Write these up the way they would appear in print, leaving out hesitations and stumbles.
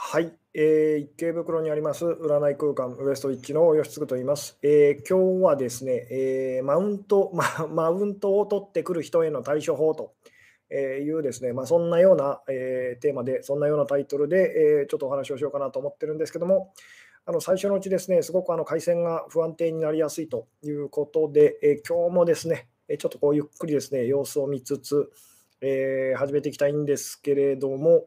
はい、池袋にあります占い空間ウエストウィッチの吉嗣と言います。今日はですね、マウントを取ってくる人への対処法というですね、そんなような、テーマで、そんなようなタイトルで、ちょっとお話をしようかなと思ってるんですけども、最初のうちですね、すごく回線が不安定になりやすいということで、今日もですね、ちょっとこうゆっくりですね、様子を見つつ、始めていきたいんですけれども、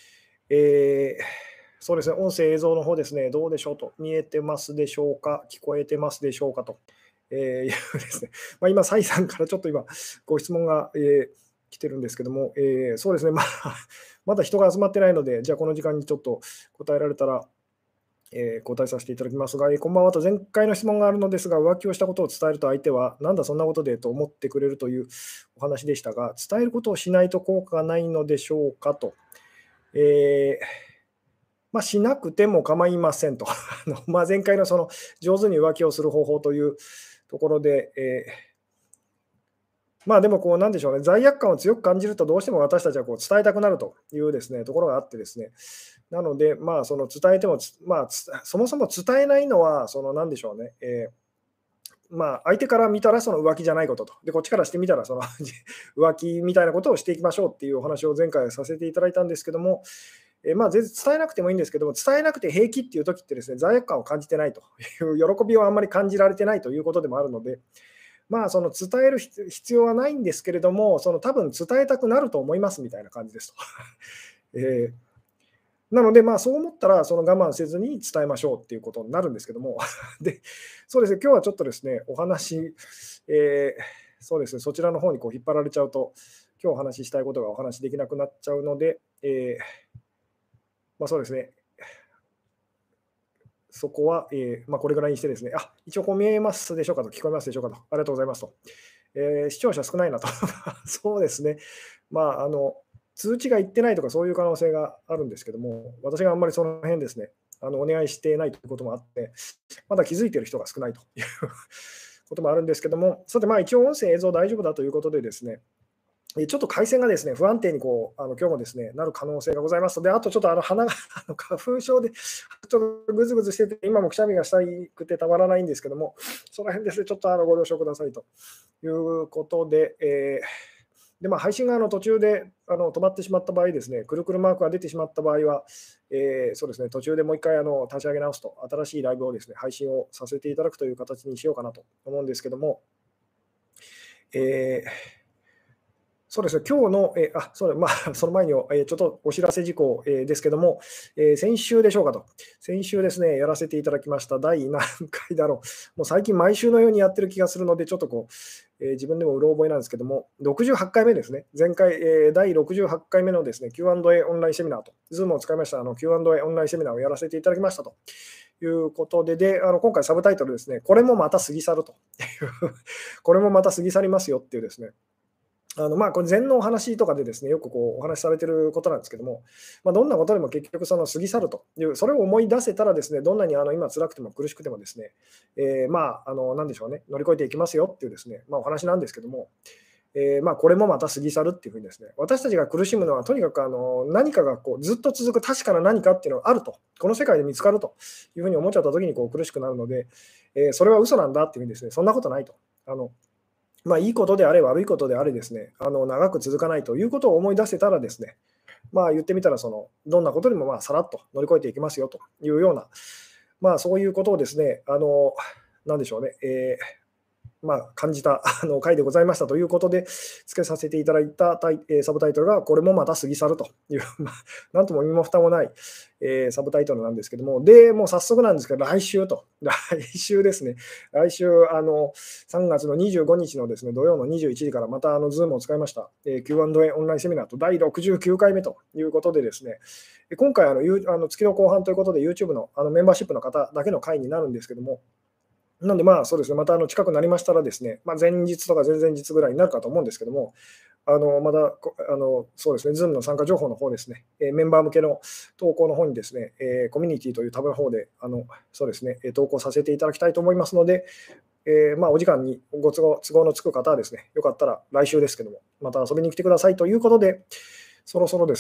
そうですね、音声、映像の方ですね、どうでしょうと、見えてますでしょうか、聞こえてますでしょうかと、いうですね、今、サイさんからちょっと今、ご質問が、来てるんですけども、そうですね、まだ人が集まってないので、じゃあこの時間にちょっと答えられたら、答えさせていただきますが、こんばんはと、前回の質問があるのですが、浮気をしたことを伝えると相手は、なんだそんなことでと思ってくれるというお話でしたが、伝えることをしないと効果がないのでしょうかと。えーしなくても構いませんと。前回のその上手に浮気をする方法というところで、でもこうなんでしょうね、罪悪感を強く感じるとどうしても私たちはこう伝えたくなるというですね、ところがあってですね。なので、その伝えても、そもそも伝えないのは、そのなんでしょうね、相手から見たらその浮気じゃないことと、で、こっちからしてみたらその浮気みたいなことをしていきましょうっていうお話を前回させていただいたんですけども、全然伝えなくてもいいんですけども、伝えなくて平気っていう時ってですね、罪悪感を感じてないという喜びをあんまり感じられてないということでもあるので、その伝える必要はないんですけれども、その多分伝えたくなると思いますみたいな感じですと。えーなので、そう思ったら、その我慢せずに伝えましょうっていうことになるんですけども、で、そうですね、今日はちょっとですね、お話、そうですね、そちらの方にこう引っ張られちゃうと、今日お話ししたいことがお話しできなくなっちゃうので、そうですね、そこは、これぐらいにしてですね、一応こう見えますでしょうかと、聞こえますでしょうかと、ありがとうございますと。視聴者少ないなと。そうですね。まあ、あの、通知が行ってないとかそういう可能性があるんですけども、私があんまりその辺ですね、お願いしていないということもあって、まだ気づいている人が少ないということもあるんですけども、さて、一応音声、映像大丈夫だということでですね、ちょっと回線がですね、不安定にこう、今日もですね、なる可能性がございますので、あとちょっと鼻が花粉症で、ちょっとぐずぐずしてて、今もくしゃみがしたくてたまらないんですけども、その辺ですね、ちょっとご了承くださいということで、配信が途中で止まってしまった場合ですね、くるくるマークが出てしまった場合は、そうですね、途中でもう一回立ち上げ直すと、新しいライブをですね、配信をさせていただくという形にしようかなと思うんですけども、えーそうですね、今日の、そうだ、その前に、ちょっとお知らせ事項、ですけども、先週でしょうかと。先週ですね、やらせていただきました、第何回だろう。もう最近毎週のようにやってる気がするので、ちょっとこう、自分でもうろ覚えなんですけども、68回目ですね。前回、第68回目のですね、Q&A オンラインセミナーと、Zoom を使いましたQ&A オンラインセミナーをやらせていただきましたということで、今回サブタイトルですね、これもまた過ぎ去るというこれもまた過ぎ去りますよっていうですね、これ禅のお話とかでですね、よくこうお話しされてることなんですけども、どんなことでも結局その過ぎ去るという、それを思い出せたらですね、どんなに今辛くても苦しくてもですね、なんでしょうね、乗り越えていきますよっていうですね、お話なんですけども、これもまた過ぎ去るっていうふうにですね、私たちが苦しむのはとにかく何かがこうずっと続く確かな何かっていうのがあると、この世界で見つかるというふうに思っちゃった時にこう苦しくなるので、それは嘘なんだっていうふうにですね、そんなことないと。いいことであれ悪いことであれですね、長く続かないということを思い出せたらですね、言ってみたらどんなことにもさらっと乗り越えていきますよというような、そういうことをですね、なんでしょうね、感じた回でございましたということで、付けさせていただいたサブタイトルが、これもまた過ぎ去るという、なんとも身も蓋もない、サブタイトルなんですけども、で、もう早速なんですけど、来週と、来週ですね、来週、3月の25日のですね、土曜の21時からまたZoom を使いました、Q&A オンラインセミナーと第69回目ということでですね、今回月の後半ということで YouTube のメンバーシップの方だけの回になるんですけども、なんで、そうですね、また近くなりましたらですね、前日とか前々日ぐらいになるかと思うんですけども、また、そうですね、Zoom の参加情報の方ですね、メンバー向けの投稿の方にですね、コミュニティというタブの方で、そうですね、投稿させていただきたいと思いますので、お時間に都合のつく方はですね、よかったら来週ですけども、また遊びに来てくださいということで、そろそろですね、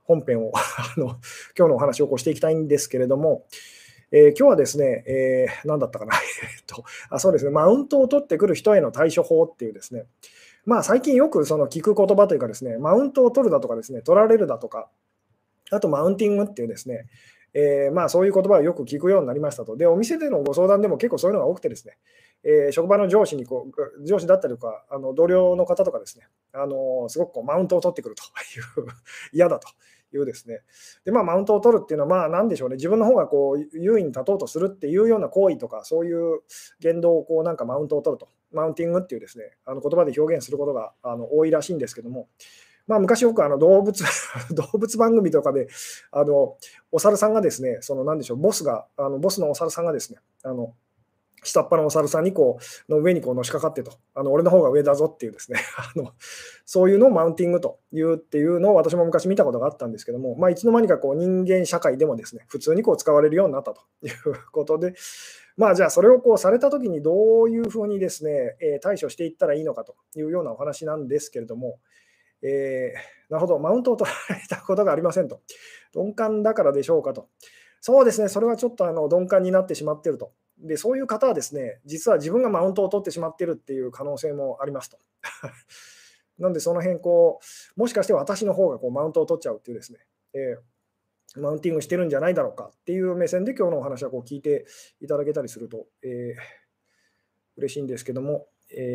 本編を今日のお話をしていきたいんですけれども、今日はですね、何だったかな、そうですね、マウントを取ってくる人への対処法っていうですね、最近よくその聞く言葉というかですね、マウントを取るだとかですね、取られるだとか、あとマウンティングっていうですね、そういう言葉をよく聞くようになりましたと。で、お店でのご相談でも結構そういうのが多くてですね、職場の上司に上司だったりとか、同僚の方とかですね、すごくマウントを取ってくるという嫌だというですね。で、マウントを取るっていうのは、なんでしょうね、自分の方が優位に立とうとするっていうような行為とか、そういう言動をなんかマウントを取ると、マウンティングっていうですね、言葉で表現することが多いらしいんですけども、昔よく動物動物番組とかで、お猿さんがですね、なんでしょう、ボスのお猿さんがですね、下っ端のお猿さんにの上にのしかかってと、俺の方が上だぞっていうですね、そういうのをマウンティングというっていうのを私も昔見たことがあったんですけども、いつの間にか人間社会でもですね、普通に使われるようになったということで、じゃあそれをされた時にどういうふうにですね、対処していったらいいのかというようなお話なんですけれども、なるほど、マウントを取られたことがありませんと。鈍感だからでしょうかと。そうですね、それはちょっと鈍感になってしまっていると。で、そういう方はですね、実は自分がマウントを取ってしまっているっていう可能性もありますと。なんでその辺もしかして私の方がマウントを取っちゃうっていうですね、マウンティングしてるんじゃないだろうかっていう目線で今日のお話は聞いていただけたりすると、嬉しいんですけども、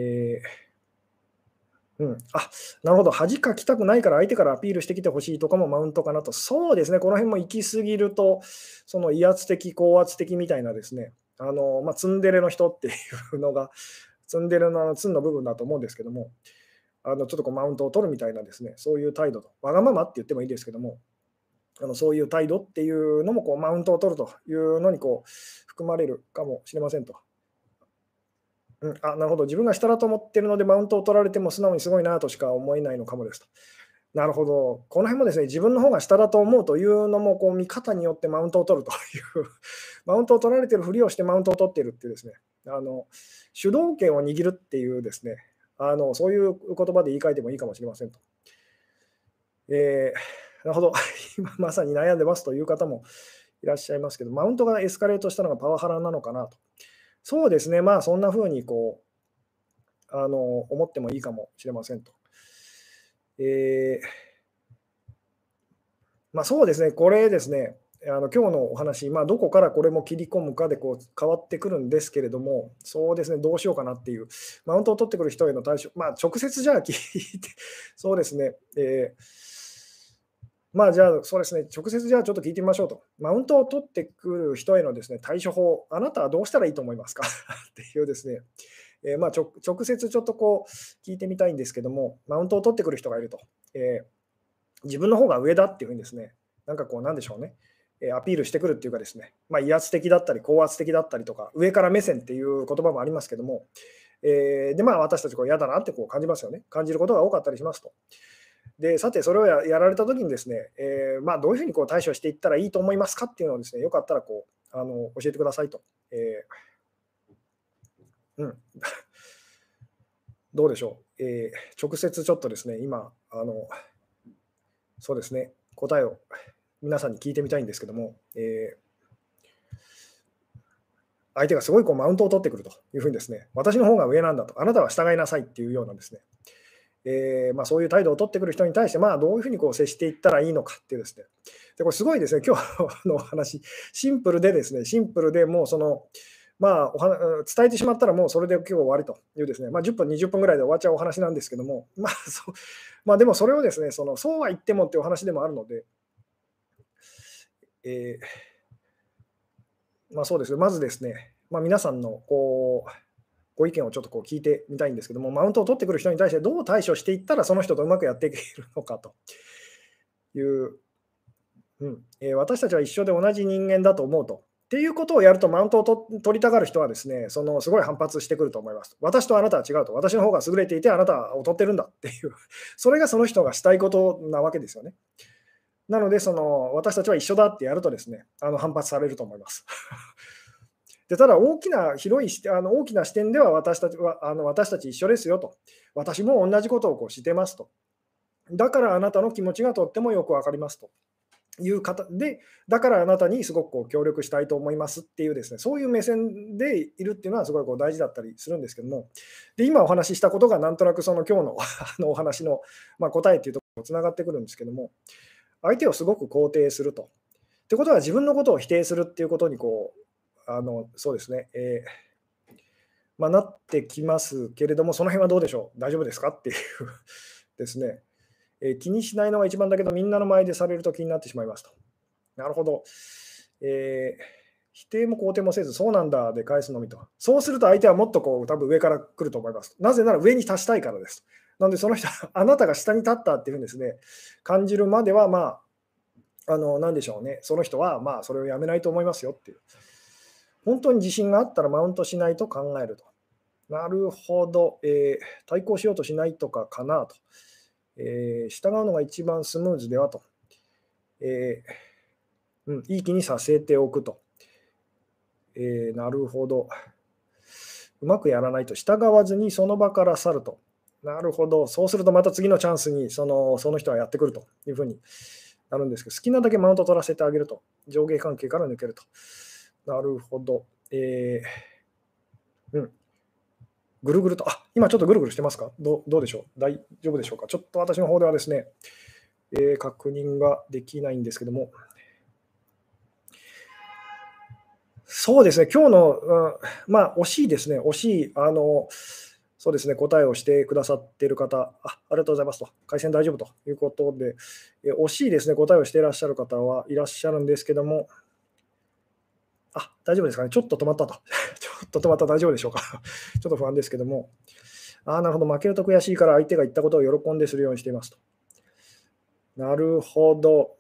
なるほど、恥かきたくないから相手からアピールしてきてほしいとかもマウントかなと。そうですね、この辺も行き過ぎると、その威圧的、高圧的みたいなですね、ツンデレの人っていうのが、ツンデレのツンの部分だと思うんですけども、ちょっとマウントを取るみたいなですね、そういう態度と、わがままって言ってもいいですけども、そういう態度っていうのもマウントを取るというのに含まれるかもしれませんと。なるほど。自分が下だと思ってるので、マウントを取られても素直にすごいなとしか思えないのかもですと。なるほど。この辺もですね、自分の方が下だと思うというのも、見方によってマウントを取るというマウントを取られてるふりをしてマウントを取っているっていうですね、主導権を握るっていうですね、そういう言葉で言い換えてもいいかもしれませんと。なるほど。今まさに悩んでますという方もいらっしゃいますけど、マウントがエスカレートしたのがパワハラなのかなと。そうですね、そんな風に思ってもいいかもしれませんと。えそうですね、これですね、今日のお話、どこからこれも切り込むかで変わってくるんですけれども、そうですね、どうしようかなっていう、マウントを取ってくる人への対処、直接じゃあ聞いて、そうですね、じゃあ、そうですね、直接じゃあちょっと聞いてみましょうと。マウントを取ってくる人へのですね、対処法、あなたはどうしたらいいと思いますかっていうですね、直接ちょっと聞いてみたいんですけども、マウントを取ってくる人がいると。自分の方が上だっていうふうにですね、なんかなんでしょうね、アピールしてくるっていうかですね、威圧的だったり高圧的だったりとか、上から目線っていう言葉もありますけども、私たち嫌だなって感じますよね。感じることが多かったりしますと。で、さてそれをやられた時にですね、どういうふうに対処していったらいいと思いますかっていうのをですね、よかったら教えてくださいと。うん。どうでしょう。直接ちょっとですね、今、そうですね、答えを皆さんに聞いてみたいんですけども、相手がすごいマウントを取ってくるというふうにですね、私の方が上なんだと、あなたは従いなさいっていうようなですね、そういう態度を取ってくる人に対して、どういうふうに接していったらいいのかっていうですね、でこれすごいですね、今日のお話、シンプルでですね、シンプルでもう伝えてしまったらもうそれで今日終わりというですね、10分、20分ぐらいで終わっちゃうお話なんですけども、でもそれをですね、そうは言ってもっていうお話でもあるので、そうですね、まずですね、皆さんのご意見をちょっと聞いてみたいんですけども、マウントを取ってくる人に対してどう対処していったらその人とうまくやっていけるのかという、私たちは一緒で同じ人間だと思うと。っていうことをやると、マウントを取りたがる人はですね、すごい反発してくると思います。私とあなたは違うと。私の方が優れていて、あなたは劣ってるんだっていう、それがその人がしたいことなわけですよね。なので、私たちは一緒だってやるとですね、反発されると思います。でただ、大きな視点では私たち一緒ですよと。私も同じことをしてますと。 だからあなたの気持ちがとってもよくわかりますという方で、だからあなたにすごくこう協力したいと思いますっていうですね、そういう目線でいるっていうのはすごいこう大事だったりするんですけども、で、今お話ししたことがなんとなくその今日のお話の、答えっていうところとつながってくるんですけども、相手をすごく肯定すると。ってことは自分のことを否定するっていうことにこう、そうですね、なってきますけれども、その辺はどうでしょう、大丈夫ですかっていうですね、気にしないのが一番だけど、みんなの前でされると気になってしまいますと。なるほど。否定も肯定もせず、そうなんだで返すのみと。そうすると相手はもっとこう多分上から来ると思います。なぜなら上に達したいからです。なのでその人、あなたが下に立ったっていうふうにですね、感じるまでは、なんでしょうね、その人はそれをやめないと思いますよっていう。本当に自信があったらマウントしないと考えると。なるほど、対抗しようとしないとかかなと。従うのが一番スムーズではと。えいい気にさせておくと。なるほど。うまくやらないと従わずにその場から去ると。なるほど。そうするとまた次のチャンスにその人はやってくるというふうになるんですけど、好きなだけマウント取らせてあげると。上下関係から抜けると。なるほど。うん。ぐるぐると、今ちょっとぐるぐるしてますか？どうでしょう？大丈夫でしょうか？ちょっと私の方ではですね、確認ができないんですけども。そうですね、今日の、惜しいですね、惜しい、そうですね、答えをしてくださっている方、ありがとうございますと、回線大丈夫ということで、惜しいですね、答えをしていらっしゃる方はいらっしゃるんですけども、大丈夫ですかね、ちょっと止まったと、ちょっと止まった、大丈夫でしょうか、ちょっと不安ですけども、なるほど、負けると悔しいから相手が言ったことを喜んでするようにしていますと。なるほど。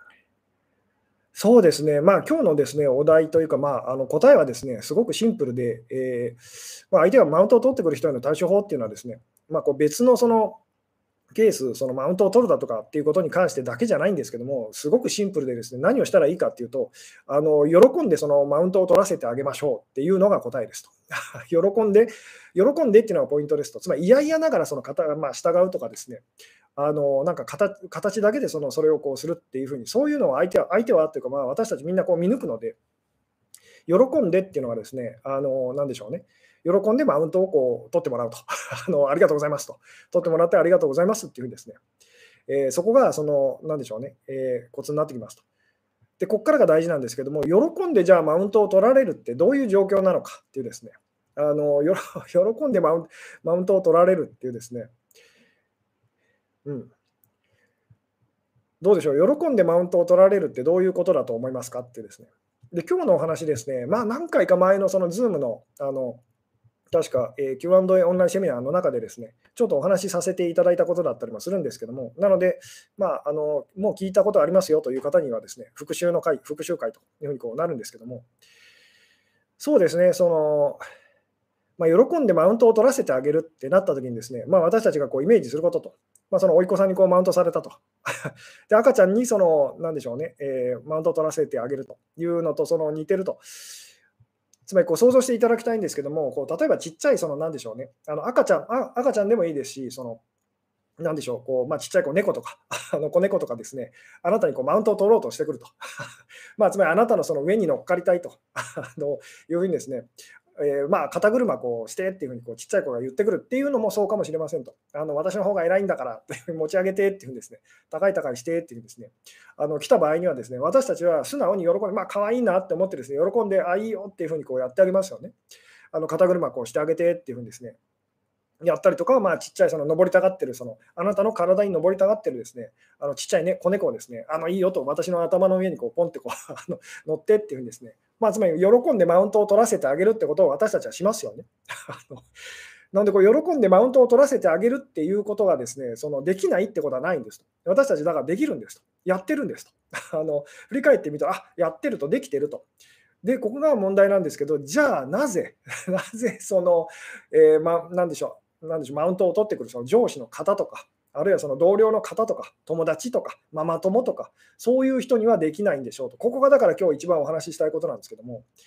そうですね、今日のですね、お題というか、答えはですね、すごくシンプルで、相手がマウントを取ってくる人への対処法っていうのはですね、こう別のそのケース、そのマウントを取るだとかっていうことに関してだけじゃないんですけども、すごくシンプルでですね、何をしたらいいかっていうと、喜んでそのマウントを取らせてあげましょうっていうのが答えですと。喜んでっていうのがポイントですと。つまり嫌々ながらその従うとかですね、なんか形だけでそれをこうするっていうふうに、そういうのを相手はっていうか、私たちみんなこう見抜くので、喜んでっていうのはですね、なんでしょうね。喜んでマウントをこう取ってもらうと。ありがとうございますと。取ってもらってありがとうございますっていうふうにですね。そこがなんでしょうね、コツになってきますと。で、ここからが大事なんですけども、喜んでじゃあマウントを取られるってどういう状況なのかっていうですね。喜んでマウントを取られるっていうですね。うん。どうでしょう、喜んでマウントを取られるってどういうことだと思いますかっていうですね。で、今日のお話ですね、何回か前のその Zoom の、確か、Q&A オンラインセミナーの中でですね、ちょっとお話しさせていただいたことだったりもするんですけども、なので、もう聞いたことありますよという方にはですね、復習会というふうにこうなるんですけども、そうですね、喜んでマウントを取らせてあげるってなった時にですね、私たちがこうイメージすることと、その甥っ子さんにこうマウントされたと。で、赤ちゃんになんでしょうね、マウントを取らせてあげるというのと似てると。つまりこう想像していただきたいんですけども、こう例えばちっちゃいなんでしょうね、赤ちゃんでもいいですし、なんでしょう、ちっちゃい猫とか、子猫とかですね、あなたにこうマウントを取ろうとしてくると。つまりあなたのその上に乗っかりたいというふうにですね、肩車こうしてっていうふうにこうちっちゃい子が言ってくるっていうのもそうかもしれませんと。私の方が偉いんだからっていうふうに持ち上げてっていうんですね、高い高いしてっていうですね、来た場合にはですね、私たちは素直に喜んで、可愛いなって思ってですね、喜んで、いいよっていうふうにこうやってあげますよね。肩車こうしてあげてっていうふうにですね、やったりとか、ちっちゃい登りたがってる、あなたの体に登りたがってるですね、ちっちゃいね、子猫をですね、いいよと私の頭の上にこうポンってこう乗ってっていうふうにですね、つまり喜んでマウントを取らせてあげるってことを私たちはしますよね。なのでこう喜んでマウントを取らせてあげるっていうことがですね、できないってことはないんですと。私たちだからできるんですと。やってるんですと。振り返ってみると、やってると、できてると。で、ここが問題なんですけど、じゃあなぜ、なぜなんでしょマウントを取ってくるその上司の方とか、あるいはその同僚の方とか、友達とか、ママ友とか、そういう人にはできないんでしょうと。ここがだから今日一番お話ししたいことなんですけども、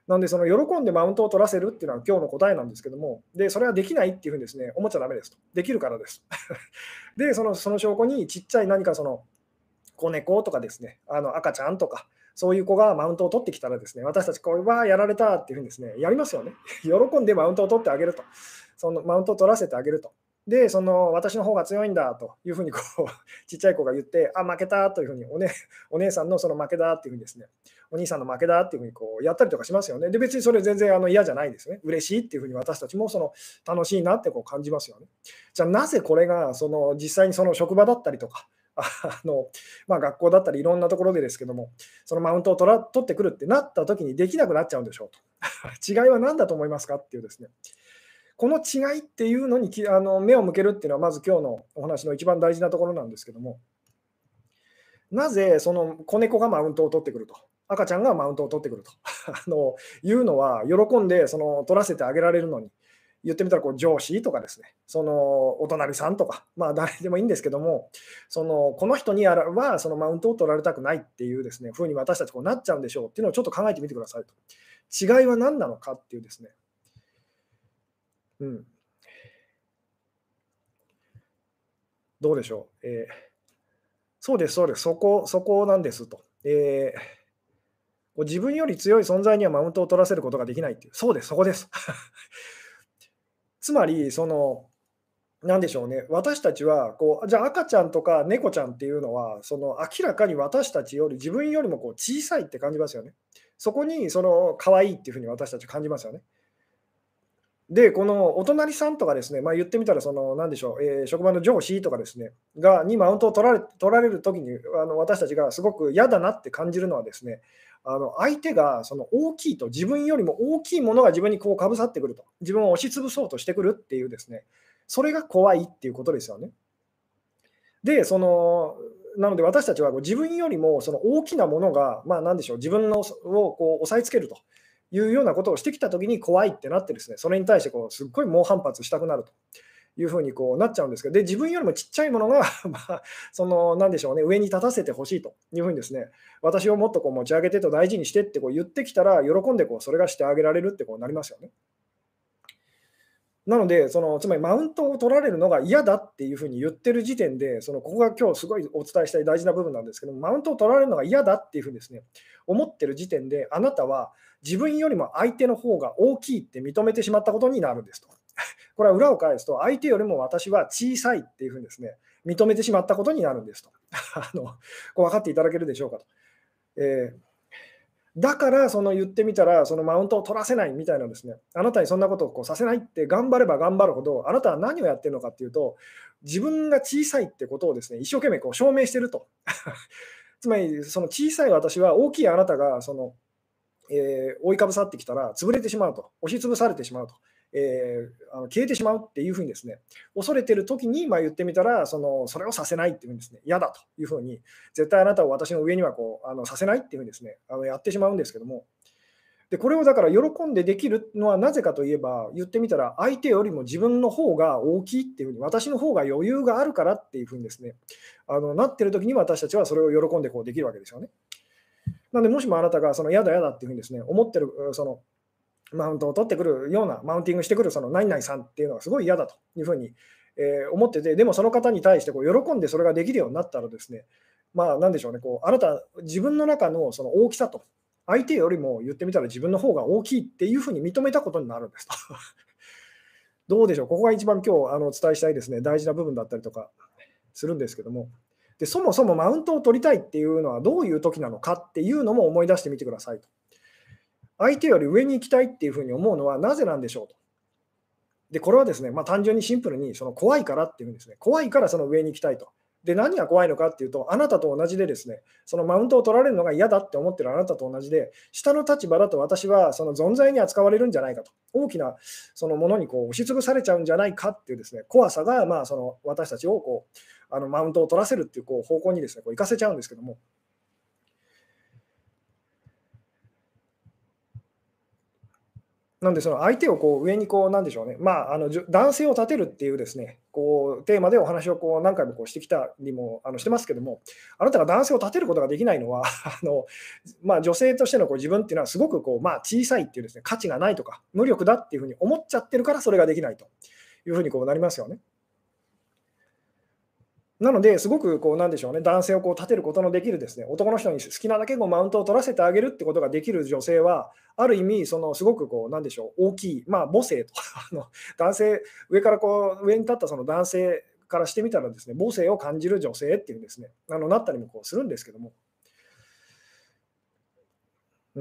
なので、その喜んでマウントを取らせるっていうのは今日の答えなんですけども、で、それはできないっていうふうにですね、思っちゃダメですと。できるからです。で、その証拠にちっちゃい何か子猫とかですね、赤ちゃんとか、そういう子がマウントを取ってきたらですね、私たちこれはやられたっていうふうにですね、やりますよね。喜んでマウントを取ってあげると。そのマウントを取らせてあげると。で、私の方が強いんだというふうにちっちゃい子が言って、あ、負けたというふうにお姉さんのその負けだっていうふうにですね、お兄さんの負けだっていうふうにやったりとかしますよね。で、別にそれ全然嫌じゃないですね。嬉しいっていうふうに私たちも楽しいなって感じますよね。じゃあなぜこれが実際にその職場だったりとか、学校だったりいろんなところでですけども、そのマウントを取ってくるってなった時にできなくなっちゃうんでしょうと。違いは何だと思いますかっていうですね。この違いっていうのに目を向けるっていうのはまず今日のお話の一番大事なところなんですけども、なぜその子猫がマウントを取ってくると、赤ちゃんがマウントを取ってくるというのは、喜んで取らせてあげられるのに、言ってみたら上司とかですね、お隣さんとか、誰でもいいんですけども、この人にはそのマウントを取られたくないっていうですね、風に私たちなっちゃうんでしょうっていうのをちょっと考えてみてくださいと。違いは何なのかっていうですね。うん。どうでしょう。そうですそうです。そこなんですと。自分より強い存在にはマウントを取らせることができないっていう、そうです、そこです。つまり、なんでしょうね、私たちはじゃあ赤ちゃんとか猫ちゃんっていうのは、明らかに私たちより自分よりも小さいって感じますよね。そこに可愛いっていうふうに私たち感じますよね。で、このお隣さんとかですね、言ってみたらなんでしょう、職場の上司とかですね、にマウントを取られる時に、私たちがすごく嫌だなって感じるのはですね、相手が大きいと、自分よりも大きいものが自分にかぶさってくると、自分を押しつぶそうとしてくるっていうですね、それが怖いっていうことですよね。で、なので私たちは自分よりも大きなものが、なんでしょう、自分を押さえつけるというようなことをしてきたときに怖いってなってですね、それに対してすっごい猛反発したくなるというふうになっちゃうんですけど、で、自分よりもちっちゃいものがなんでしょうね、上に立たせてほしいというふうにですね、私をもっと持ち上げてと大事にしてって言ってきたら、喜んでそれがしてあげられるってなりますよね。なので、つまりマウントを取られるのが嫌だっていうふうに言ってる時点で、ここが今日すごいお伝えしたい大事な部分なんですけども、マウントを取られるのが嫌だっていうふうにですね、思ってる時点で、あなたは自分よりも相手の方が大きいって認めてしまったことになるんですと。これは裏を返すと、相手よりも私は小さいっていうふうにですね、認めてしまったことになるんですと。分かっていただけるでしょうかと。だから、言ってみたら、マウントを取らせないみたいなですね、あなたにそんなことをさせないって頑張れば頑張るほど、あなたは何をやってるのかっていうと、自分が小さいってことをですね、一生懸命証明してると。つまり、その小さい私は大きいあなたが覆いかぶさってきたら潰れてしまうと、押しつぶされてしまうと、消えてしまうっていうふうにですね、恐れてる時に、言ってみたら、それをさせないっていうふうにですね、嫌だというふうに、絶対あなたを私の上にはさせないっていうふうにですね、やってしまうんですけども、で、これをだから喜んでできるのはなぜかといえば、言ってみたら、相手よりも自分の方が大きいっていうふうに、私の方が余裕があるからっていうふうにですね、なってる時に私たちはそれを喜んでできるわけですよね。なので、もしもあなたが嫌だ嫌だっていうふうにですね、思ってるマウントを取ってくるような、マウンティングしてくる何々さんっていうのがすごい嫌だというふうに、思ってて、でもその方に対して喜んでそれができるようになったらですね、なんでしょうね、あなた、自分の中のその大きさと、相手よりも言ってみたら自分の方が大きいっていうふうに認めたことになるんですと。どうでしょう、ここが一番今日お伝えしたいですね、大事な部分だったりとかするんですけども。で、そもそもマウントを取りたいっていうのはどういう時なのかっていうのも思い出してみてくださいと。相手より上に行きたいっていうふうに思うのはなぜなんでしょうと。で、これはですね、単純にシンプルに怖いからっていうんですね。怖いからその上に行きたいと。で、何が怖いのかっていうと、あなたと同じでですね、そのマウントを取られるのが嫌だって思ってるあなたと同じで、下の立場だと私はその存在に扱われるんじゃないかと。大きなそのものに押しつぶされちゃうんじゃないかっていうですね、怖さがその私たちをマウントを取らせるっていう方向にですね、行かせちゃうんですけども、 なんで、その相手をこう上にこうなんでしょうね、男性を立てるっていうですね、こうテーマでお話をこう何回もこうしてきたりもしてますけども、あなたが男性を立てることができないのは、女性としてのこう自分っていうのはすごくこう、小さいっていうですね、価値がないとか、無力だっていうふうに思っちゃってるからそれができないというふうにこうなりますよね。なので、すごくこうなんでしょうね、男性をこう立てることのできるですね、男の人に好きなだけこうマウントを取らせてあげるってことができる女性は、ある意味そのすごくこうなんでしょう、大きい、母性と男性上からこう上に立ったその男性からしてみたらですね、母性を感じる女性っていうですね、なったりもこうするんですけども、うん。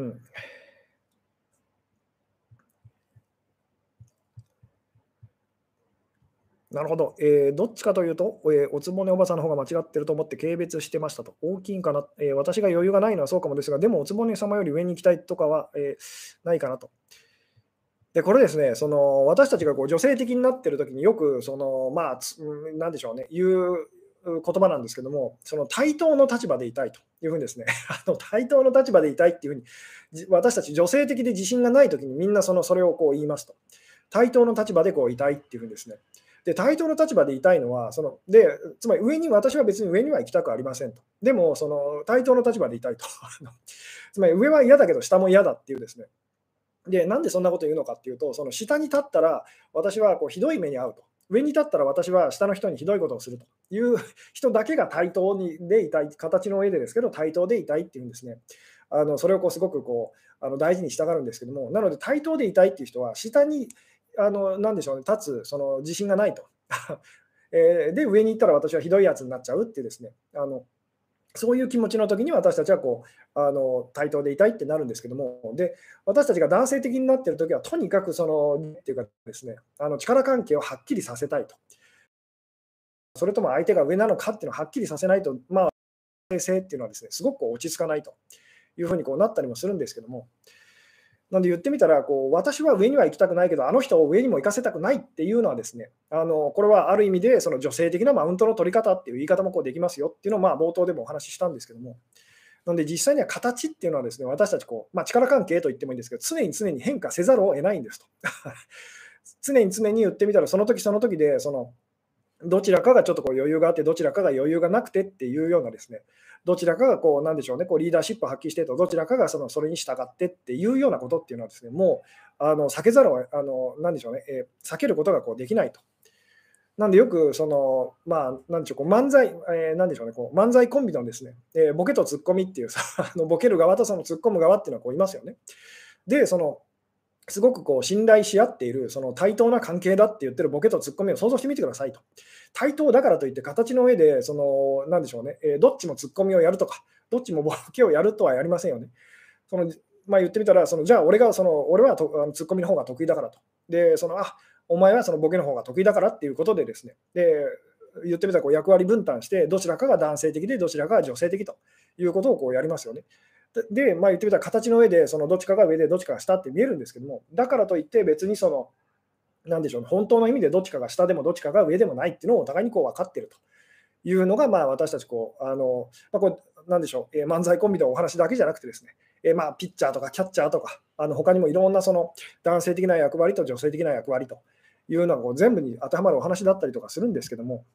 なるほど。どっちかというと、おつぼねおばさんの方が間違ってると思って軽蔑してましたと。大きいんかな、私が余裕がないのはそうかもですが、でもおつぼね様より上に行きたいとかは、ないかなと。で、これですね、その、私たちがこう女性的になってる時によくその、なんでしょうね、言う言葉なんですけども、その対等の立場でいたいというふうにですね、対等の立場でいたいっていうふうに、私たち女性的で自信がない時にみんなそれをこう言いますと。対等の立場でこういたいっていうふうにですね。で、対等の立場でいたいのは、つまり私は別に上には行きたくありませんと。でも、その対等の立場でいたいと。つまり上は嫌だけど下も嫌だっていうですね。で、なんでそんなこと言うのかっていうと、その下に立ったら私はこうひどい目に遭うと。上に立ったら私は下の人にひどいことをするという人だけが対等でいたい、形の上でですけど、対等でいたいっていうんですね。それをこうすごくこう大事にしたがるんですけども、なので対等でいたいっていう人は、下になんでしょうね、立つその自信がないと。で、上に行ったら私はひどいやつになっちゃうっていうですね、そういう気持ちの時に私たちはこう、対等でいたいってなるんですけども、で、私たちが男性的になっている時は、とにかくその、っていうかですね、力関係をはっきりさせたいと。それとも相手が上なのかっていうのをはっきりさせないと、冷静っていうのはですね、すごくこう落ち着かないというふうにこうなったりもするんですけども、なんで言ってみたら、こう私は上には行きたくないけど、あの人を上にも行かせたくないっていうのはですね、これはある意味でその女性的なマウントの取り方っていう言い方もこうできますよっていうのを冒頭でもお話ししたんですけども、なので実際には形っていうのはですね、私たちこう、力関係と言ってもいいんですけど、常に変化せざるを得ないんですと。常に言ってみたら、その時その時で、そのどちらかがちょっとこう余裕があって、どちらかが余裕がなくてっていうようなですね、どちらかがこうなんでしょうね、こうリーダーシップを発揮してと、どちらかがそれに従ってっていうようなことっていうのはですね、もう避けざるをなんでしょうね、避けることがこうできないと。なんでよくその、なんでしょう、こう漫才、なんでしょうね、こう漫才コンビのですね、ボケとツッコミっていうさ、ボケる側とそのツッコむ側っていうのはこういますよね。で、すごくこう信頼し合っている、その対等な関係だって言ってるボケとツッコミを想像してみてくださいと。対等だからといって形の上で、なんでしょうね、どっちもツッコミをやるとか、どっちもボケをやるとはやりませんよね。その言ってみたら、じゃあ俺はツッコミの方が得意だからと。で、お前はそのボケの方が得意だからっていうことでですね、で、言ってみたらこう役割分担して、どちらかが男性的で、どちらかが女性的ということをこうやりますよね。で、言ってみたら形の上で、そのどっちかが上でどっちかが下って見えるんですけども、だからといって別になんでしょうね、本当の意味でどっちかが下でもどっちかが上でもないっていうのをお互いにこう分かっているというのが、私たちこう、こうなんでしょう、漫才コンビのお話だけじゃなくてですね、ピッチャーとかキャッチャーとか、他にもいろんなその男性的な役割と女性的な役割というのがこう全部に当てはまるお話だったりとかするんですけども、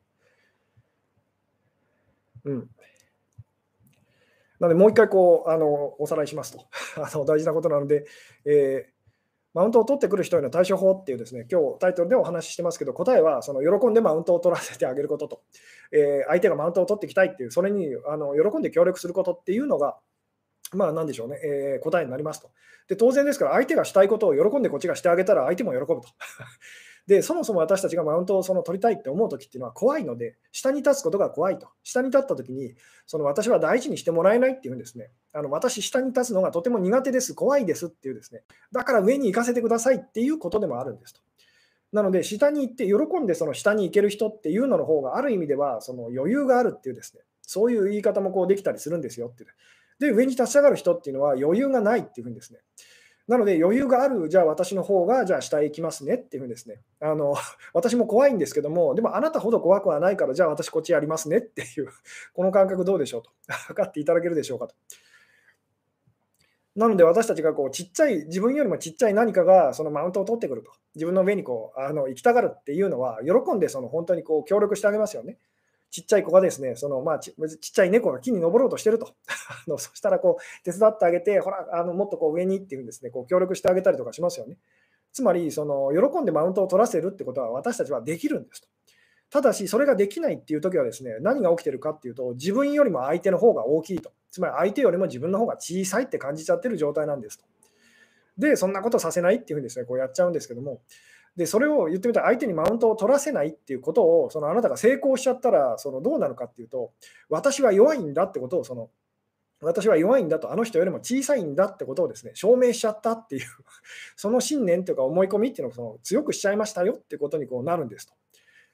うん。なのでもう一回こうおさらいしますと大事なことなので、マウントを取ってくる人への対処法っていうですね、今日タイトルでお話ししてますけど、答えはその喜んでマウントを取らせてあげることと、相手がマウントを取っていきたいっていう、それに喜んで協力することっていうのが、なんでしょうね、答えになりますと。で、当然ですから、相手がしたいことを喜んでこっちがしてあげたら、相手も喜ぶと。で、そもそも私たちがマウントを取りたいって思う時っていうのは怖いので、下に立つことが怖いと。下に立った時に、私は大事にしてもらえないっていうんですね。私、下に立つのがとても苦手です、怖いですっていうですね。だから上に行かせてくださいっていうことでもあるんですと。なので、下に行って喜んでその下に行ける人っていうのの方が、ある意味ではその余裕があるっていうですね、そういう言い方もこうできたりするんですよっていう。で、上に立ち上がる人っていうのは余裕がないっていうふうにですね。なので、余裕がある、じゃあ私の方が、じゃあ下へ行きますねっていうふうにですね、私も怖いんですけども、でもあなたほど怖くはないから、じゃあ私こっちやりますねっていう、この感覚どうでしょうと。分かっていただけるでしょうかと。 なので私たちがこうちっちゃい、自分よりもちっちゃい何かがそのマウントを取ってくると、自分の上にこう行きたがるっていうのは、喜んでその本当にこう協力してあげますよね。ちっちゃい子がですね、ちっちゃい猫が木に登ろうとしてると。そしたらこう手伝ってあげて、ほら、もっとこう上にっていうんですね、こう協力してあげたりとかしますよね。つまり、その喜んでマウントを取らせるってことは私たちはできるんですと。ただし、それができないっていう時はですね、何が起きてるかっていうと、自分よりも相手の方が大きいと。つまり相手よりも自分の方が小さいって感じちゃってる状態なんですと。で、そんなことさせないっていうふうにですね、こうやっちゃうんですけども、で、それを言ってみたら相手にマウントを取らせないっていうことを、そのあなたが成功しちゃったら、そのどうなるかっていうと、私は弱いんだってことを、私は弱いんだと、あの人よりも小さいんだってことをですね、証明しちゃったっていう、その信念というか思い込みっていうのを強くしちゃいましたよってことにこうなるんですと。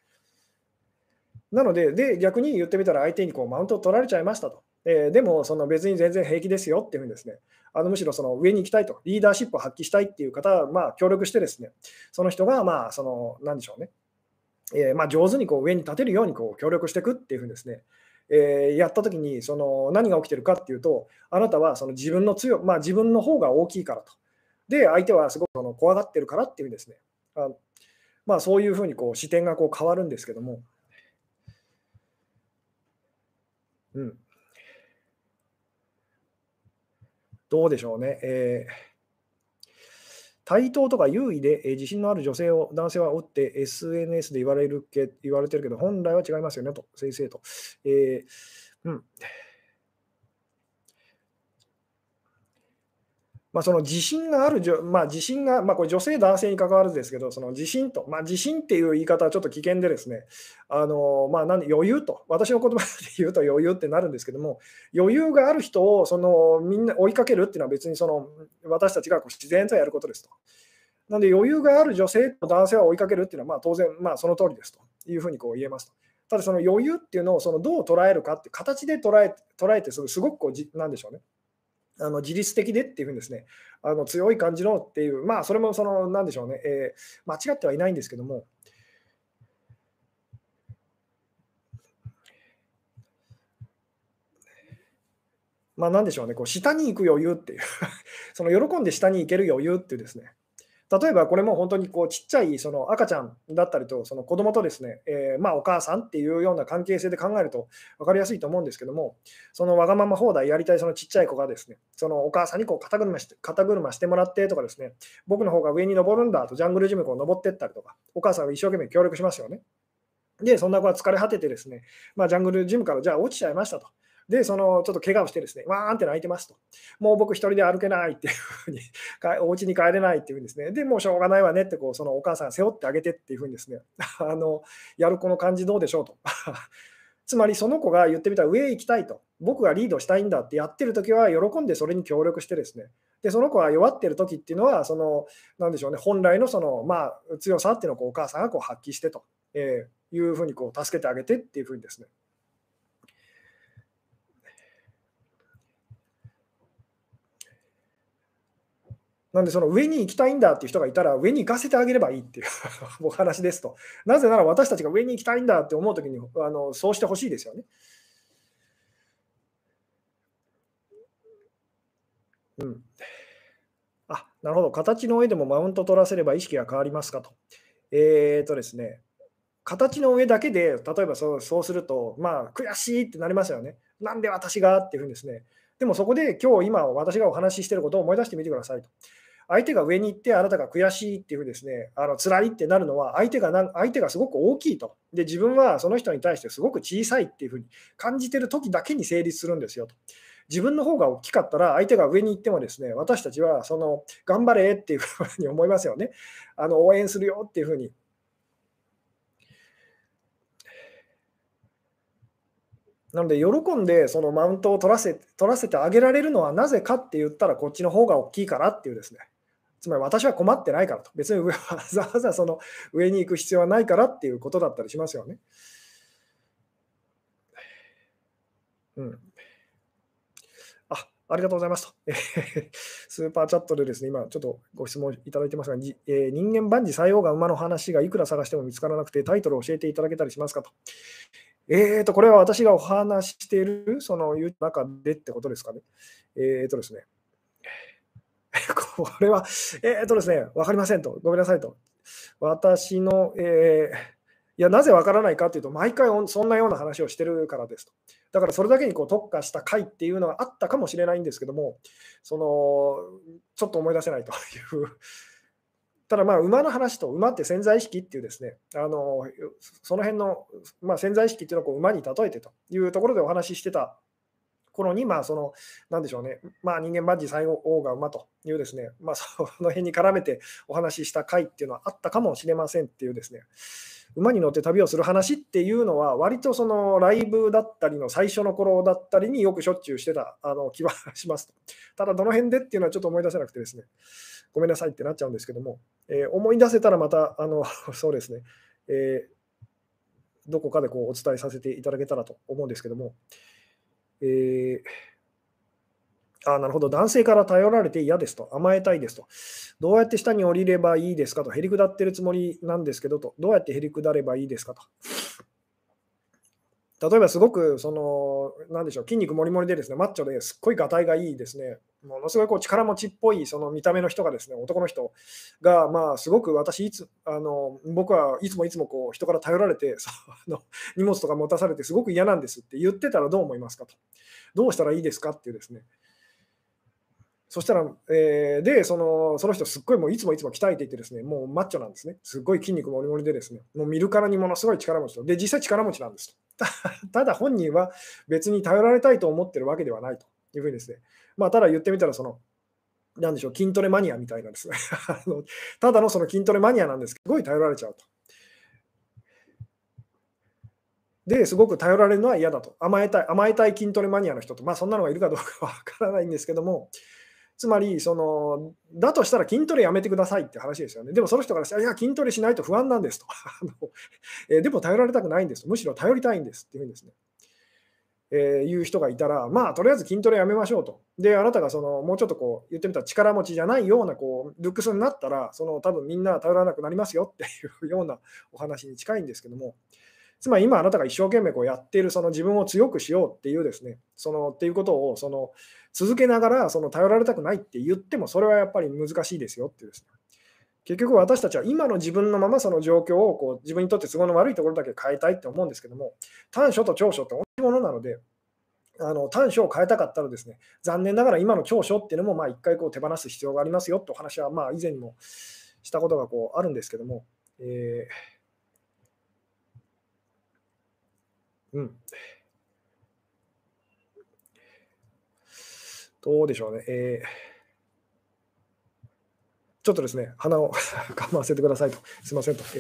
なので、逆に言ってみたら相手にこうマウントを取られちゃいましたと。でも、その別に全然平気ですよっていうふうにですね、むしろその上に行きたいと、リーダーシップを発揮したいっていう方は、協力してですね、その人が、なんでしょうね、上手にこう上に立てるようにこう協力していくっていうふうにですね、やったときに、何が起きてるかっていうと、あなたはその自分の方が大きいからと。で、相手はすごく怖がってるからっていうふうにですね、あそういうふうにこう視点がこう変わるんですけども、うん。どうでしょうね。対等とか優位で、自信のある男性はおって、SNS で言われてるけど、本来は違いますよねと、先生と。えうん。その自信があるじょまあ、自信が、これ女性男性に関わらずですけど、その自信と、自信っていう言い方はちょっと危険でですね、余裕と、私の言葉で言うと余裕ってなるんですけども、余裕がある人をみんな追いかけるっていうのは別に私たちがこう自然とやることですと。なので余裕がある女性と男性を追いかけるっていうのは、当然、その通りですというふうにこう言えますと。ただその余裕っていうのをどう捉えるかっていう形で捉えて、すごくこうなんでしょうね。自律的でっていう風にですね、強い感じのっていう、それもなんでしょうね、間違ってはいないんですけども、なんでしょうね、こう下に行く余裕っていう、喜んで下に行ける余裕っていうですね、例えばこれも本当にこうちっちゃいその赤ちゃんだったりと、その子供とですね、お母さんっていうような関係性で考えると分かりやすいと思うんですけども、そのわがまま放題やりたいそのちっちゃい子がですね、そのお母さんにこう肩車してもらってとかですね、僕の方が上に登るんだとジャングルジムこう登ってったりとか、お母さんが一生懸命協力しますよね。で、そんな子は疲れ果ててですね、ジャングルジムからじゃあ落ちちゃいましたと。で、ちょっと怪我をしてですね、わーんって泣いてますと。もう僕一人で歩けないっていう風に、お家に帰れないっていう風にですね、で、もうしょうがないわねってこう、そのお母さんが背負ってあげてっていう風にですね、やるこの感じどうでしょうと。つまりその子が言ってみたら上へ行きたいと、僕がリードしたいんだってやってる時は喜んでそれに協力してですね、で、その子が弱ってる時っていうのは、なんでしょうね、本来の強さっていうのをこうお母さんがこう発揮してと、いうふうにこう助けてあげてっていうふうにですね。なんでその上に行きたいんだっていう人がいたら、上に行かせてあげればいいっていうお話ですと。なぜなら私たちが上に行きたいんだって思う時に、そうしてほしいですよね。うん。なるほど。形の上でもマウント取らせれば意識が変わりますかと。ですね、形の上だけで、例えばそうすると、悔しいってなりますよね。なんで私がっていうふうにですね。でもそこで今私がお話ししていることを思い出してみてくださいと。相手が上に行ってあなたが悔しいっていうふうにですね、辛いってなるのは相手がすごく大きいと。で、自分はその人に対してすごく小さいっていうふうに感じてる時だけに成立するんですよと。自分の方が大きかったら、相手が上に行ってもですね、私たちは頑張れっていうふうに思いますよね。応援するよっていうふうに。なので、喜んでそのマウントを取らせてあげられるのはなぜかって言ったら、こっちの方が大きいからっていうですね。つまり私は困ってないからと。別にわざわざ上に行く必要はないからっていうことだったりしますよね。うん。ありがとうございますと。スーパーチャットでですね、今ちょっとご質問いただいてますが、人間万事塞翁が馬の話がいくら探しても見つからなくて、タイトルを教えていただけたりしますかと。これは私がお話ししている、その中でってことですかね。ですね。 これは、ですね、分かりませんと、ごめんなさいと。私の、いや、なぜ分からないかというと、毎回そんなような話をしてるからですと。だからそれだけにこう特化した回っていうのはあったかもしれないんですけども、その、ちょっと思い出せないという。ただ、まあ、馬の話と、馬って潜在意識っていうですね、その辺の、まあ、潜在意識っていうのをこう馬に例えてというところでお話ししてた頃に、まあ、なんでしょうね、まあ、人間万事最後王が馬というですね、まあ、その辺に絡めてお話しした回っていうのはあったかもしれませんっていうですね、馬に乗って旅をする話っていうのは、割とそのライブだったりの最初の頃だったりによくしょっちゅうしてた気はしますと。ただ、どの辺でっていうのはちょっと思い出せなくてですね、ごめんなさいってなっちゃうんですけども、思い出せたらまた、そうですね、えどこかでこうお伝えさせていただけたらと思うんですけども、えーなるほど。男性から頼られて嫌ですと、甘えたいですと。どうやって下に降りればいいですかと、へりくだってるつもりなんですけどと、どうやってへりくだればいいですかと。例えばすごくなんでしょう、筋肉もりもりでですね、マッチョですっごいがたいがいいですね、ものすごいこう力持ちっぽいその見た目の人がですね、男の人が、まあ、すごく私僕はいつもいつもこう人から頼られて、荷物とか持たされてすごく嫌なんですって言ってたらどう思いますかと。どうしたらいいですかっていうですね、そしたら、その人すっごいもういつもいつも鍛えていてですね、もうマッチョなんですね。すっごい筋肉もりもりでですね、もう見るからにものすごい力持ちと。で、実際力持ちなんですと。ただ本人は別に頼られたいと思ってるわけではないというふうにですね。まあ、ただ言ってみたらなんでしょう、筋トレマニアみたいなですね。ただのその筋トレマニアなんですけど、すごい頼られちゃうと。で、すごく頼られるのは嫌だと。甘えたい筋トレマニアの人と、まあ、そんなのがいるかどうかわからないんですけども、つまり、だとしたら筋トレやめてくださいって話ですよね。でもその人からしたら、いや、筋トレしないと不安なんですと。でも頼られたくないんですと。むしろ頼りたいんですっていうふうにですね、いう人がいたら、まあ、とりあえず筋トレやめましょうと。で、あなたがもうちょっとこう、言ってみたら力持ちじゃないようなこうルックスになったら、多分みんな頼らなくなりますよっていうようなお話に近いんですけども、つまり今あなたが一生懸命こうやっているその自分を強くしようっていうですね、っていうことを続けながら頼られたくないって言ってもそれはやっぱり難しいですよっていうですね。結局私たちは今の自分のままその状況をこう自分にとって都合の悪いところだけ変えたいって思うんですけども、短所と長所って同じものなので、短所を変えたかったらですね、残念ながら今の長所っていうのもまあ一回こう手放す必要がありますよってお話はまあ以前にもしたことがこうあるんですけども、うん、どうでしょうね。ちょっとですね、鼻をかまわせてくださいと。すいませんと。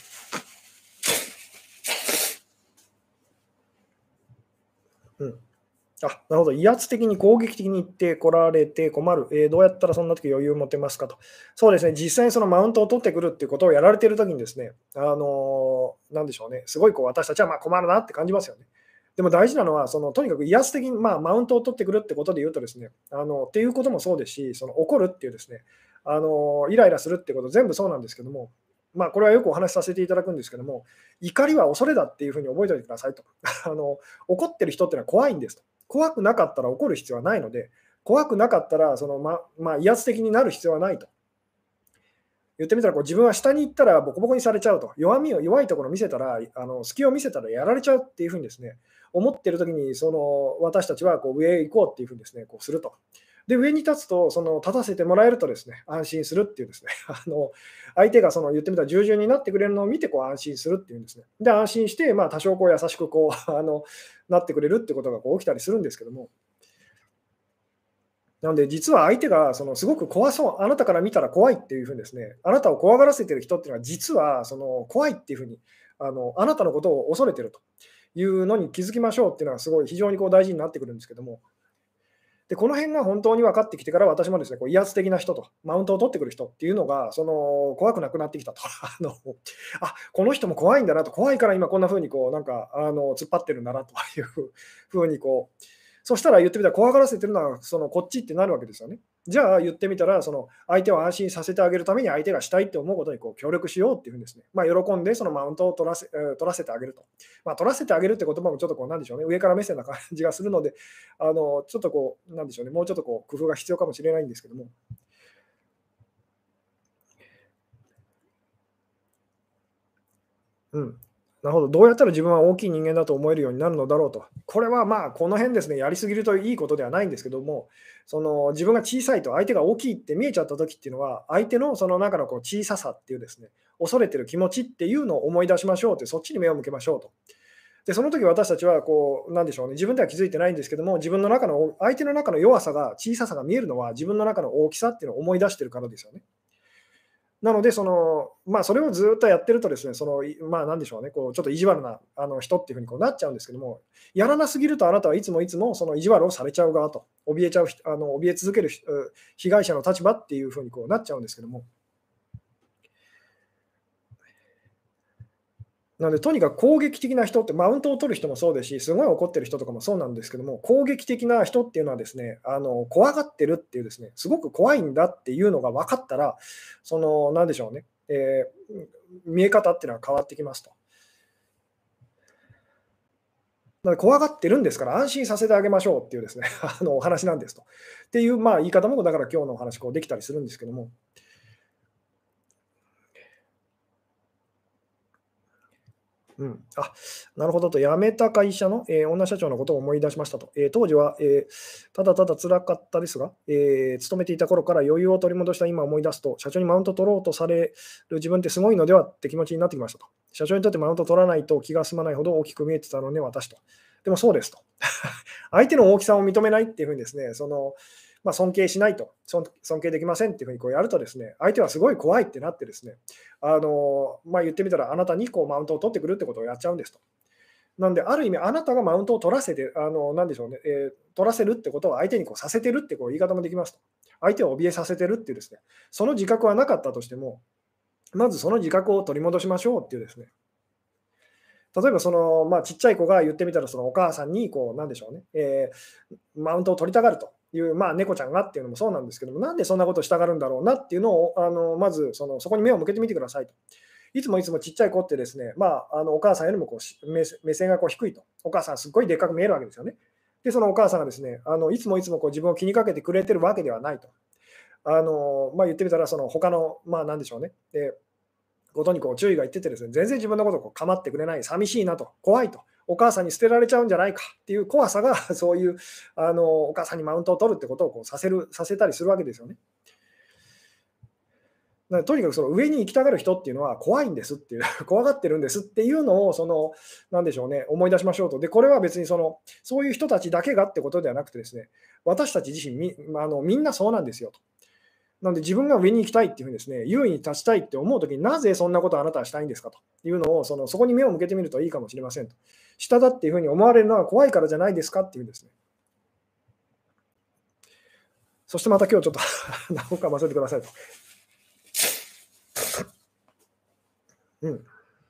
うん。なるほど。威圧的に攻撃的に言ってこられて困る。どうやったらそんな時余裕を持てますかと。そうですね、実際にそのマウントを取ってくるっていうことをやられている時にですね、なんでしょうね、すごいこう私たちはまあ困るなって感じますよね。でも大事なのは、とにかく威圧的に、まあ、マウントを取ってくるってことで言うとですね、っていうこともそうですし、怒るっていうですね、イライラするってこと全部そうなんですけども、まあ、これはよくお話しさせていただくんですけども、怒りは恐れだっていうふうに覚えておいてくださいと。怒ってる人っていうのは怖いんですと。怖くなかったら怒る必要はないので、怖くなかったら威圧的になる必要はないと。言ってみたらこう自分は下に行ったらボコボコにされちゃうと。弱いところを見せたら、隙を見せたらやられちゃうっていうふうにですね、思ってる時に私たちはこう上へ行こうっていうふうにですね、こうすると。で、上に立つと、立たせてもらえるとですね、安心するっていうですね、相手が言ってみたら従順になってくれるのを見てこう安心するっていうんですね。で、安心して、まあ、多少こう優しくこうなってくれるってことがこう起きたりするんですけども、なので、実は相手がすごく怖そう、あなたから見たら怖いっていうふうにですね、あなたを怖がらせている人っていうのは、実は怖いっていうふうにあなたのことを恐れているというのに気づきましょうっていうのは、すごい非常にこう大事になってくるんですけども、でこの辺が本当に分かってきてから、私もですね、こう威圧的な人と、マウントを取ってくる人っていうのが、怖くなくなってきたと。この人も怖いんだなと、怖いから今こんな風にこう、なんか、突っ張ってるんだなという風にこう、そしたら言ってみたら怖がらせてるのは、こっちってなるわけですよね。じゃあ言ってみたら、相手を安心させてあげるために相手がしたいって思うことにこう協力しようっていう風にですね、まあ、喜んでそのマウントを取らせてあげると。まあ、取らせてあげるって言葉もちょっとこうなんでしょうね、上から目線な感じがするので、ちょっとこう、なんでしょうね、もうちょっとこう工夫が必要かもしれないんですけども、 うん。なるほど。どうやったら自分は大きい人間だと思えるようになるのだろうと。これはまあ、この辺ですね、やりすぎるといいことではないんですけども、自分が小さいと相手が大きいって見えちゃった時っていうのは、相手のその中のこう小ささっていうですね、恐れてる気持ちっていうのを思い出しましょうって、そっちに目を向けましょうと。で、その時私たちはこう、なんでしょうね、自分では気づいてないんですけども、自分の中の相手の中の弱さが、小ささが見えるのは、自分の中の大きさっていうのを思い出してるからですよね。なので、それをずっとやってるとですね、なんでしょうね、こう、ちょっと意地悪な、人っていう風にこうなっちゃうんですけども、やらなすぎるとあなたはいつもいつもその意地悪をされちゃう側と、怯えちゃうひあの、怯え続ける被害者の立場っていう風にこうなっちゃうんですけども、なので、とにかく攻撃的な人って、マウントを取る人もそうですし、すごい怒ってる人とかもそうなんですけども、攻撃的な人っていうのはですね、怖がってるっていうですね、すごく怖いんだっていうのが分かったら、なんでしょうね、見え方っていうのは変わってきますと。なので怖がってるんですから、安心させてあげましょうっていうですね、お話なんですと。っていう、言い方もだから今日のお話こうできたりするんですけども。うん。なるほどと、辞めた会社の、女社長のことを思い出しましたと。当時は、ただただ辛かったですが、勤めていた頃から余裕を取り戻した今思い出すと、社長にマウント取ろうとされる自分ってすごいのではって気持ちになってきましたと。社長にとってマウント取らないと気が済まないほど大きく見えてたのね、私と。でもそうですと。相手の大きさを認めないっていうふうにですね、尊敬しないと、尊敬できませんっていうふうにこうやるとですね、相手はすごい怖いってなってですね、言ってみたら、あなたにこうマウントを取ってくるってことをやっちゃうんですと。なんで、ある意味、あなたがマウントを取らせて、なんでしょうね、取らせるってことは相手にこうさせてるってこう言い方もできますと。相手を怯えさせてるっていうですね、その自覚はなかったとしても、まずその自覚を取り戻しましょうっていうですね、例えばちっちゃい子が言ってみたら、そのお母さんにこう、なんでしょうね、マウントを取りたがるという、猫ちゃんがっていうのもそうなんですけども、なんでそんなことをしたがるんだろうなっていうのを、まずそこに目を向けてみてくださいと。いつもいつもちっちゃい子ってですね、お母さんよりもこう目線がこう低いと。お母さんすっごいでっかく見えるわけですよね。で、そのお母さんがですね、いつもいつもこう自分を気にかけてくれてるわけではないと。言ってみたら、その他の、なんでしょうね、ことにこう注意がいっててですね、全然自分のことをこう構ってくれない、寂しいなと、怖いと、お母さんに捨てられちゃうんじゃないかっていう怖さが、そういうお母さんにマウントを取るってことをこうさせたりするわけですよね。とにかくその上に行きたがる人っていうのは怖いんですっていう、怖がってるんですっていうのを、なんでしょうね、思い出しましょうと。で、これは別にそういう人たちだけがってことではなくてですね、私たち自身みんなそうなんですよと。なので自分が上に行きたいっていうふうにですね、優位に立ちたいって思うときになぜそんなことをあなたはしたいんですかというのを、そこに目を向けてみるといいかもしれませんと。下だっていうふうに思われるのは怖いからじゃないですかっていうんですね。そしてまた今日ちょっと何か混ぜてくださいと。うん。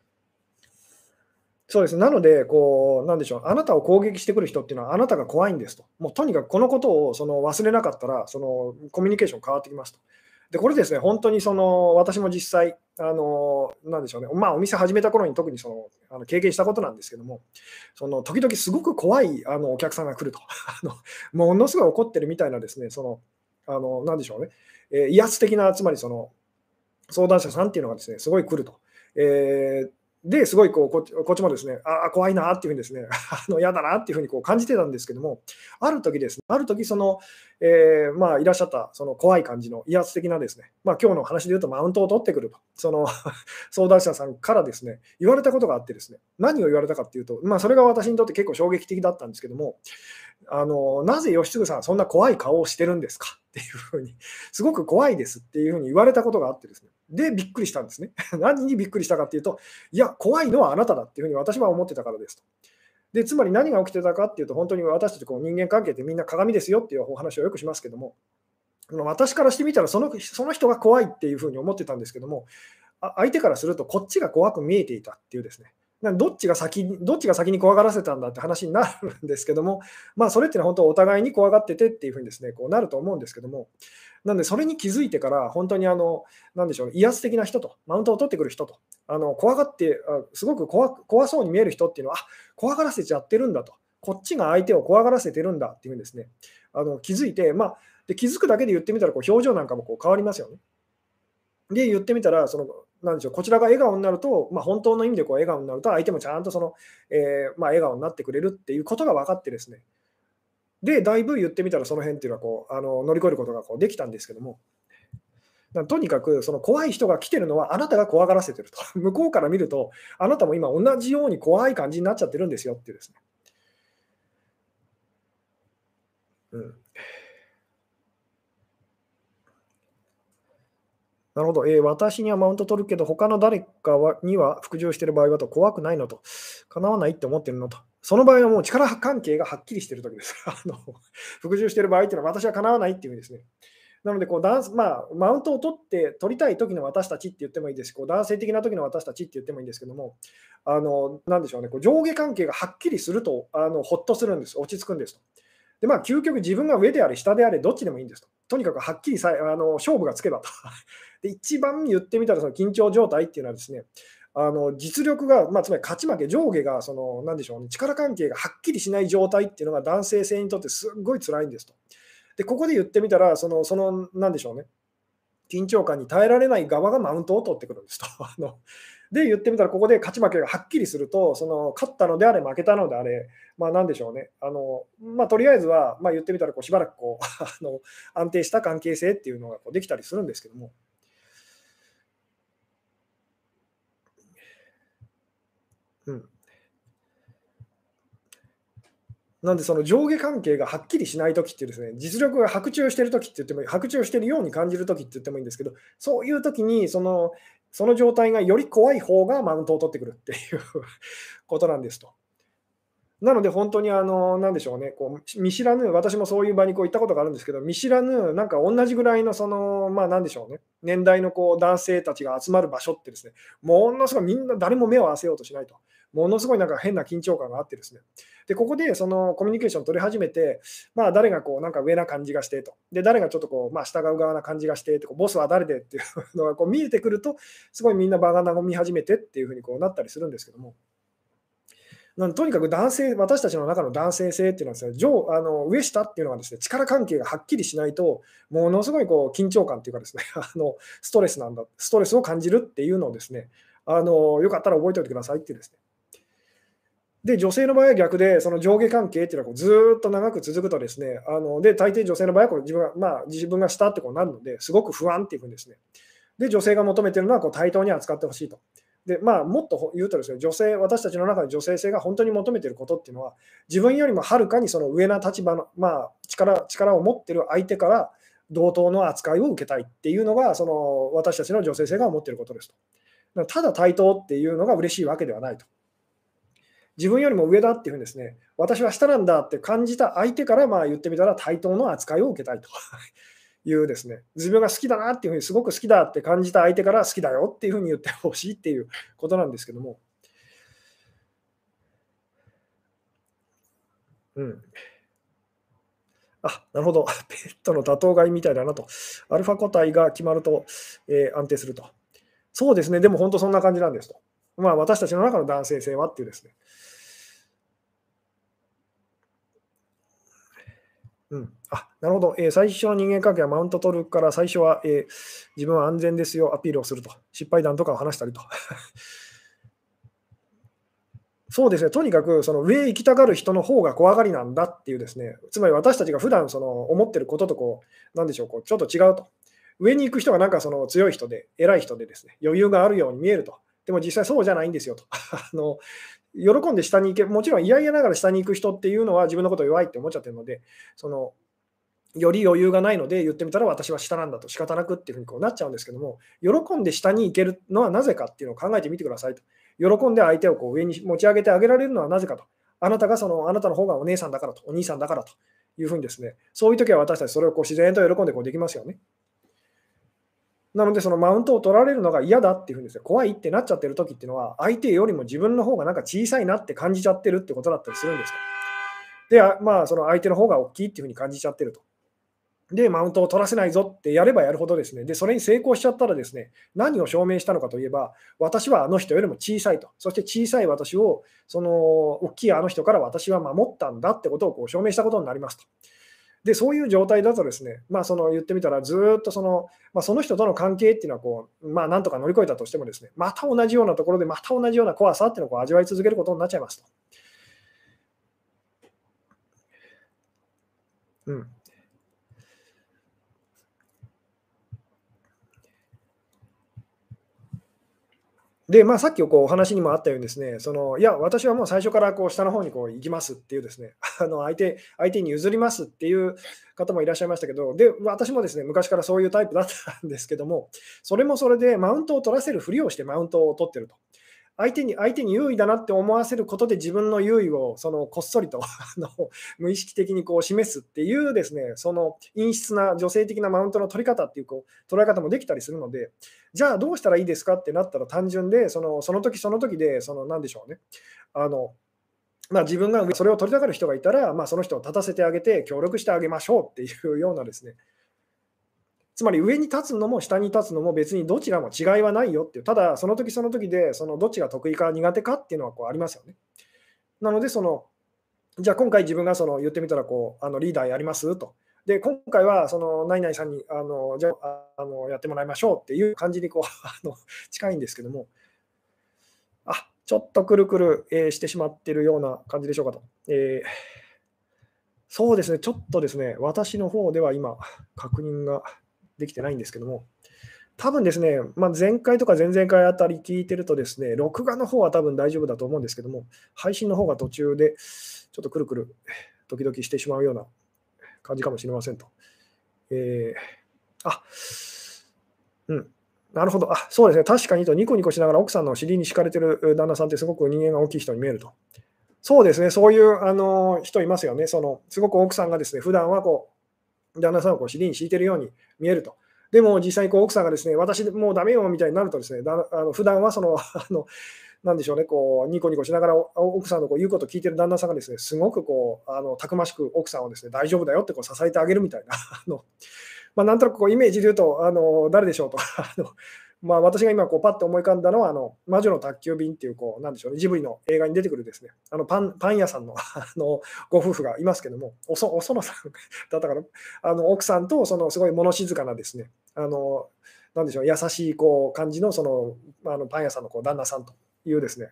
そうです。なので、こう、なんでしょう、あなたを攻撃してくる人っていうのはあなたが怖いんですと。もうとにかくこのことを忘れなかったら、コミュニケーション変わってきますと。で、これですね、本当に私も実際、なんでしょうね、お店始めた頃に特に経験したことなんですけども、時々すごく怖いお客さんが来ると。ものすごい怒ってるみたいなですね、なんでしょうね、威圧的な、つまり相談者さんっていうのがですね、すごい来ると。で、すごいこっちもですね、ああ、怖いなっていう風にですね、嫌だなっていう風にこう感じてたんですけども、ある時いらっしゃったその怖い感じの威圧的なですね、今日の話で言うとマウントを取ってくると、相談者さんからですね、言われたことがあってですね、何を言われたかっていうと、それが私にとって結構衝撃的だったんですけども、なぜ義継さんはそんな怖い顔をしてるんですかっていう風に、すごく怖いですっていう風に言われたことがあってですね。で、びっくりしたんですね。何にびっくりしたかっていうと、いや、怖いのはあなただっていう風に私は思ってたからですと。で、つまり何が起きてたかっていうと、本当に私たちこう人間関係ってみんな鏡ですよっていうお話をよくしますけども、私からしてみたらその人が怖いっていう風に思ってたんですけども、相手からするとこっちが怖く見えていたっていうですね。どっちが先に怖がらせたんだって話になるんですけども、それっていうのは本当お互いに怖がっててっていう風にですね、こうなると思うんですけども、なんでそれに気づいてから本当になんでしょうね、威圧的な人と、マウントを取ってくる人と、怖がって、すごく怖そうに見える人っていうのは、怖がらせちゃってるんだと、こっちが相手を怖がらせてるんだっていう風にですね、気づいて、で、気づくだけで言ってみたらこう表情なんかもこう変わりますよね。で、言ってみたら、 なんでしょう、こちらが笑顔になると、本当の意味でこう笑顔になると、相手もちゃんと笑顔になってくれるっていうことが分かってですね、で、だいぶ言ってみたらその辺っていうのは乗り越えることができたんですけども、とにかくその怖い人が来てるのはあなたが怖がらせてると。向こうから見ると、あなたも今同じように怖い感じになっちゃってるんですよっていうですね。うん。なるほど。私にはマウント取るけど、他の誰かには服従している場合はと、怖くないのと、叶わないって思ってるのと。その場合はもう力関係がはっきりしている時です。服従している場合っていうのは私は叶わないっていう意味ですね。なのでマウントを取りたい時の私たちって言ってもいいですし、男性的な時の私たちって言ってもいいんですけども、なんでしょうね、上下関係がはっきりすると、ほっとするんです。落ち着くんですと。で、究極自分が上であれ下であれどっちでもいいんですと。とにかくはっきり勝負がつけばと。で、一番言ってみたらその緊張状態っていうのはですね、実力が、つまり勝ち負け、上下がなんでしょうね、力関係がはっきりしない状態っていうのが男性性にとってすっごい辛いんですと。で、ここで言ってみたら、なんでしょうね、緊張感に耐えられない側がマウントを取ってくるんですと。で、言ってみたら、ここで勝ち負けがはっきりすると、勝ったのであれ、負けたのであれ、なんでしょうね、とりあえずは、言ってみたら、しばらく安定した関係性っていうのができたりするんですけども、うん。なんでその上下関係がはっきりしないときっていうですね、実力が白昼してるときって言ってもいい、白昼してるように感じるときって言ってもいいんですけど、そういうときにその状態がより怖い方がマウントを取ってくるっていうことなんですと。なので本当になんでしょうね、見知らぬ、私もそういう場に行ったことがあるんですけど、見知らぬ、なんか同じぐらいのなんでしょうね、年代の男性たちが集まる場所ってですね、ものすごいみんな誰も目を合わせようとしないと。ものすごいなんか変な緊張感があってですね。で、ここでそのコミュニケーション取り始めて、誰がなんか上な感じがしてと。で、誰がちょっと従う側な感じがしてと、ボスは誰でっていうのが見えてくると、すごいみんな場が和み始めてっていう風になったりするんですけども。とにかく私たちの中の男性性っていうのはですね、上下っていうのはですね、力関係がはっきりしないと、ものすごい緊張感っていうかですね、ストレスを感じるっていうのをですね、よかったら覚えておいてくださいっていうですね。で、女性の場合は逆で、その上下関係っていうのはずーっと長く続くとですね、で、大抵女性の場合は自分が下ってなるので、すごく不安っていうふうにですね。で、女性が求めているのは対等に扱ってほしいと。で、もっと言うとですね、私たちの中で女性性が本当に求めていることっていうのは、自分よりもはるかにその上な立場の、力を持っている相手から同等の扱いを受けたいっていうのが、私たちの女性性が思っていることですと。ただ対等っていうのが嬉しいわけではないと。自分よりも上だっていうふうにですね、私は下なんだって感じた相手から言ってみたら対等の扱いを受けたいというですね、自分が好きだなっていうふうにすごく好きだって感じた相手から好きだよっていうふうに言ってほしいっていうことなんですけども。うん。なるほど。ペットの多頭飼いみたいだなと。アルファ個体が決まると、安定すると。そうですね、でも本当そんな感じなんですと。私たちの中の男性性はっていうですね。うん。なるほど。最初の人間関係はマウント取るから、最初は、自分は安全ですよ、アピールをすると。失敗談とかを話したりと。そうですね、とにかくその上へ行きたがる人の方が怖がりなんだっていうですね、つまり私たちが普段思ってることとなんでしょう、ちょっと違うと。上に行く人がなんか強い人で、偉い人でですね、余裕があるように見えると。でも実際そうじゃないんですよと。喜んで下に行けもちろん嫌々ながら下に行く人っていうのは自分のことを弱いって思っちゃってるので、より余裕がないので、言ってみたら私は下なんだと仕方なくっていうふうになっちゃうんですけども、喜んで下に行けるのはなぜかっていうのを考えてみてくださいと。喜んで相手を上に持ち上げてあげられるのはなぜかと。あなたの方がお姉さんだからと、お兄さんだからというふうにですね、そういう時は私たちそれを自然と喜んでできますよね。なので、そのマウントを取られるのが嫌だっていうふうにですね、怖いってなっちゃってる時っていうのは、相手よりも自分の方がなんか小さいなって感じちゃってるってことだったりするんですよ。で、その相手の方が大きいっていうふうに感じちゃってると。で、マウントを取らせないぞってやればやるほどですね、で、それに成功しちゃったらですね、何を証明したのかといえば、私はあの人よりも小さいと。そして小さい私を、大きいあの人から私は守ったんだってことを証明したことになりますと。 で、そういう状態だとですね、その言ってみたらずーっとその人との関係っていうのはなんとか乗り越えたとしてもですね、また同じようなところで、また同じような怖さっていうのを味わい続けることになっちゃいますと。うん。で、さっきお話にもあったようにですね、いや、私はもう最初から下の方に行きますっていうですね、相手に譲りますっていう方もいらっしゃいましたけど、で、私もですね、昔からそういうタイプだったんですけども、それもそれでマウントを取らせるふりをしてマウントを取ってると。相手に優位だなって思わせることで、自分の優位をこっそりと無意識的に示すっていうですね、その陰湿な女性的なマウントの取り方っていう捉え方もできたりするので、じゃあどうしたらいいですかってなったら単純で、その時その時で、なんでしょうね。あの、自分がそれを取りたがる人がいたら、その人を立たせてあげて協力してあげましょうっていうようなですね、つまり上に立つのも下に立つのも別にどちらも違いはないよっていう、ただその時その時で、どっちが得意か苦手かっていうのはありますよね。なのでじゃあ今回自分が言ってみたらリーダーやりますと。で、今回は何々さんにじゃあ、やってもらいましょうっていう感じに近いんですけども、ちょっとくるくる、してしまっているような感じでしょうかと。そうですね、ちょっとですね、私の方では今確認ができてないんですけども、多分ですね、前回とか前々回あたり聞いてるとですね、録画の方は多分大丈夫だと思うんですけども、配信の方が途中でちょっとくるくるドキドキしてしまうような感じかもしれませんと。えーあ、うん。なるほど。そうですね。確かにニコニコしながら奥さんの尻に敷かれてる旦那さんってすごく人間が大きい人に見えると。そうですね。そういう人いますよね。すごく奥さんがですね、普段は旦那さんを尻に敷いてるように見えると。でも実際に奥さんがですね、私もうダメよみたいになるとですね、普段はなんでしょうね、ニコニコしながら奥さんの言うことを聞いてる旦那さんがですね、すごくたくましく奥さんをですね、大丈夫だよって支えてあげるみたいな、なんとなくイメージで言うと、誰でしょうと、私が今パッと思い浮かんだのは、魔女の宅急便っていうなんでしょうね、ジブリの映画に出てくるですね、パン屋さんのご夫婦がいますけども、お園さんだったかな、奥さんとすごい物静かなですね、なんでしょう、優しい感じのパン屋さんの旦那さんというですね、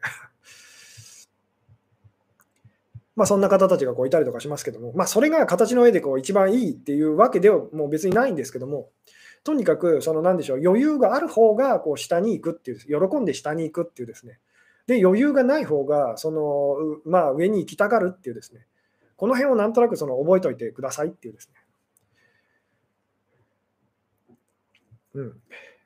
そんな方たちがいたりとかしますけども、それが形の上で一番いいっていうわけではもう別にないんですけども、とにかくなんでしょう、余裕がある方が下に行くっていう、喜んで下に行くっていうですね。で、余裕がない方が上に行きたがるっていうですね。この辺をなんとなく覚えておいてくださいっていうですね。うん。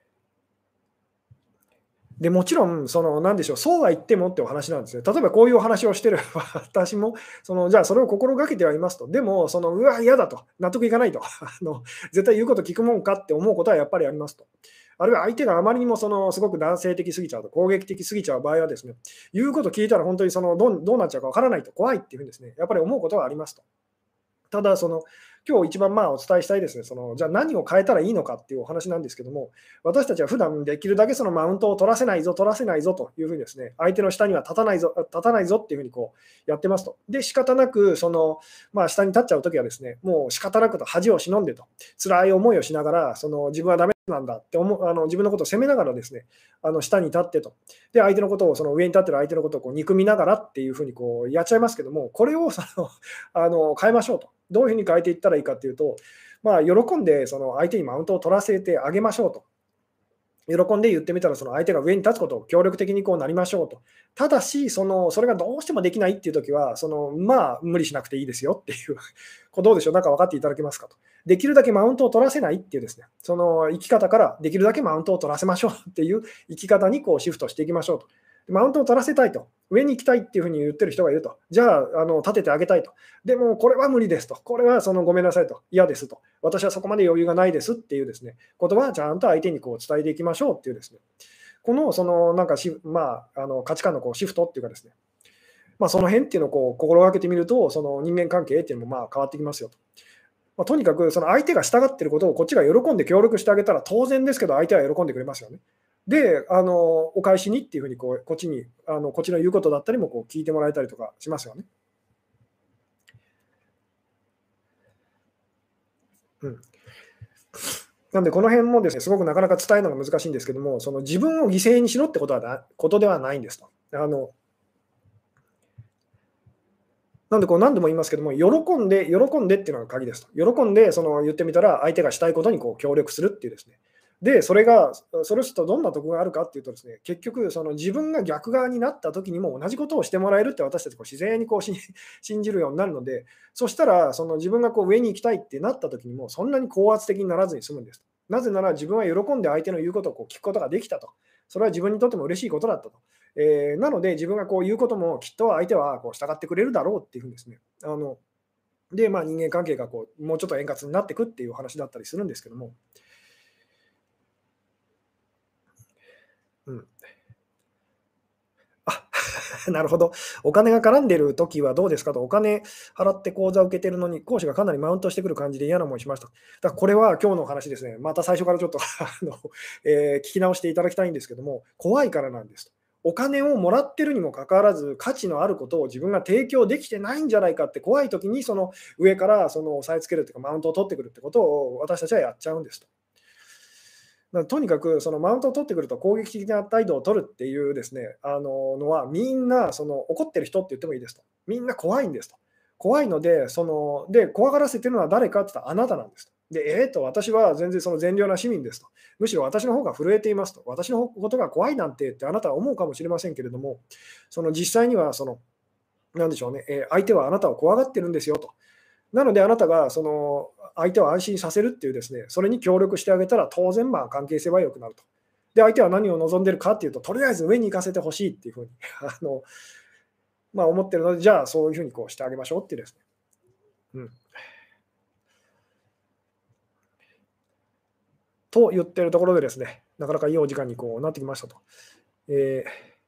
で、もちろん、なんでしょう、そうは言ってもってお話なんですね。例えばこういうお話をしてる私も、じゃあそれを心がけてはいますと。でも、うわ、嫌だと、納得いかないと、絶対言うこと聞くもんかって思うことはやっぱりありますと。あるいは相手があまりにもすごく男性的すぎちゃうと、攻撃的すぎちゃう場合はですね、言うこと聞いたら本当にどうなっちゃうかわからないと怖いっていうふうにですね、やっぱり思うことはありますと。ただ、今日一番お伝えしたいですね、じゃあ何を変えたらいいのかっていうお話なんですけども、私たちは普段できるだけマウントを取らせないぞ、取らせないぞというふうにですね、相手の下には立たないぞっていうふうにやってますと。で、仕方なく、下に立っちゃうときはですね、もう仕方なくと恥を忍んでと、辛い思いをしながら、自分はダメなんだって自分のことを責めながらですね、下に立ってと。で、相手のことを、上に立ってる相手のことを憎みながらっていうふうにやっちゃいますけども、これを変えましょうと。どういうふうに変えていったらいいかっていうと、喜んで相手にマウントを取らせてあげましょうと。喜んで言ってみたら、相手が上に立つことを協力的になりましょうと。ただし、それがどうしてもできないっていう時は、無理しなくていいですよっていう、どうでしょう、なんか分かっていただけますかと。できるだけマウントを取らせないっていうですね、生き方からできるだけマウントを取らせましょうっていう生き方にシフトしていきましょうと。マウントを取らせたいと。上に行きたいっていうふうに言ってる人がいると。じゃあ、立ててあげたいと。でも、これは無理ですと。これはごめんなさいと。嫌ですと。私はそこまで余裕がないですっていうですね、ことはちゃんと相手に伝えていきましょうっていうですね、この、なんか価値観のシフトっていうかですね、その辺っていうのを心がけてみると、人間関係っていうのも変わってきますよと。とにかく相手が従っていることをこっちが喜んで協力してあげたら当然ですけど、相手は喜んでくれますよね。で、お返しにっていうふうにこっちにこっちの言うことだったりも聞いてもらえたりとかしますよね。 うん。なんでこの辺もですね、すごくなかなか伝えるのが難しいんですけども、その自分を犠牲にしろってことではないんですと。なんでこう何度も言いますけども、喜んでっていうのが鍵ですと。喜んでその言ってみたら、相手がしたいことにこう協力するっていうですね。で、それをするとどんな得があるかっていうとですね、結局その自分が逆側になった時にも同じことをしてもらえるって私たちこう自然にこう信じるようになるので、そしたらその自分がこう上に行きたいってなった時にもそんなに高圧的にならずに済むんです。なぜなら自分は喜んで相手の言うことをこう聞くことができたと。それは自分にとっても嬉しいことだったと。なので、自分がこう言うこともきっと相手はこう従ってくれるだろうっていうふうにですね。で、まあ、人間関係がこうもうちょっと円滑になっていくっていう話だったりするんですけども、うん。あ、なるほど。お金が絡んでる時はどうですかと、お金払って講座を受けてるのに、講師がかなりマウントしてくる感じで嫌な思いしました。だからこれは今日のお話ですね、また最初からちょっと聞き直していただきたいんですけども、怖いからなんですと。お金をもらってるにもかかわらず、価値のあることを自分が提供できてないんじゃないかって怖い時に、その上からその押さえつけるというか、マウントを取ってくるってことを私たちはやっちゃうんですと。とにかくそのマウントを取ってくると攻撃的な態度を取るっていうですね、のはみんなその怒ってる人って言ってもいいですと。みんな怖いんですと。怖いので、怖がらせてるのは誰かって言ったらあなたなんですと。で、私は全然その善良な市民ですと。むしろ私の方が震えていますと。私のことが怖いなんてってあなたは思うかもしれませんけれども、その実際にはなんでしょうね、相手はあなたを怖がってるんですよと。なので、あなたがその相手を安心させるっていうですね、それに協力してあげたら、当然、関係性は良くなると。で、相手は何を望んでるかっていうと、とりあえず上に行かせてほしいっていうふうに思ってるので、じゃあ、そういうふうにこうしてあげましょうっていうですね。うん。と言ってるところでですね、なかなかいいお時間にこうなってきましたと。え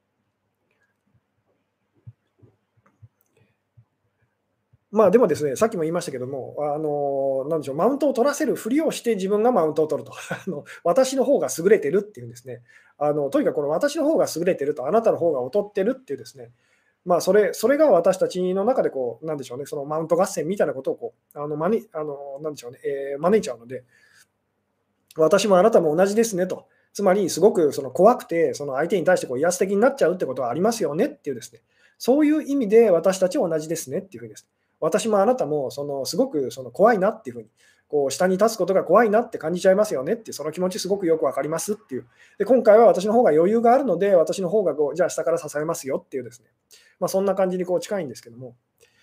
でもですね、さっきも言いましたけども、なんでしょう、マウントを取らせるふりをして自分がマウントを取ると。私の方が優れてるっていうんですね。とにかくこの私の方が優れてると、あなたの方が劣ってるっていうですね、それが私たちの中でこう、なんでしょうね、そのマウント合戦みたいなことをこう、なんでしょうね、招いちゃうので、私もあなたも同じですねと。つまりすごくその怖くて、その相手に対してこう威圧的になっちゃうってことはありますよねっていうですね、そういう意味で私たちは同じですねっていうふうにです。私もあなたもすごく怖いなっていうふうに、こう下に立つことが怖いなって感じちゃいますよねっていう、その気持ちすごくよくわかりますっていう。で、今回は私の方が余裕があるので、私の方がこう、じゃあ下から支えますよっていうですね。そんな感じにこう近いんですけども。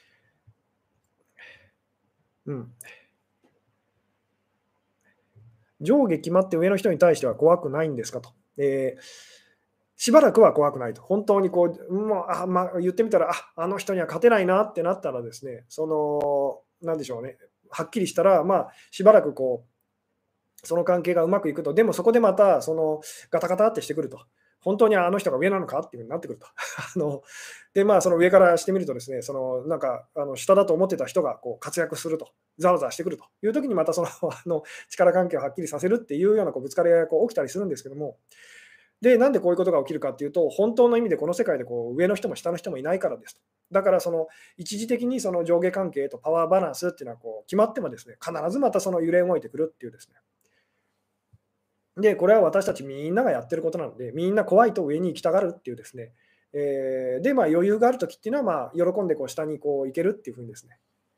うん。上下決まって上の人に対しては怖くないんですかと。しばらくは怖くないと。本当にこう、言ってみたら、あの人には勝てないなってなったらですね、なんでしょうね、はっきりしたら、しばらくこう、その関係がうまくいくと、でもそこでまた、ガタガタってしてくると。本当にあの人が上なのかっていう風になってくると。で、その上からしてみるとですね、下だと思ってた人がこう活躍すると、ざわざわしてくるという時にまた力関係をはっきりさせるっていうようなこうぶつかり合いがこう起きたりするんですけども、で、なんでこういうことが起きるかっていうと、本当の意味でこの世界でこう上の人も下の人もいないからですと。だから一時的にその上下関係とパワーバランスっていうのはこう決まってもですね、必ずまたその揺れ動いてくるっていうですね。で、これは私たちみんながやってることなので、みんな怖いと上に行きたがるっていうですね。で、余裕がある時っていうのは、喜んでこう下にこう行けるっていう風にですね。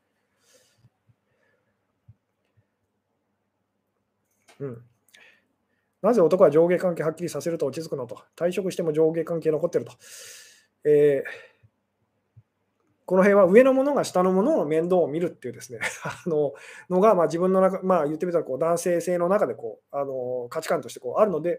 うん。なぜ男は上下関係はっきりさせると落ち着くのと。退職しても上下関係残ってると。えーこの辺は上の者が下の者の面倒を見るっていうですね、のが、自分の中、言ってみたらこう男性性の中でこう、価値観としてこうあるので、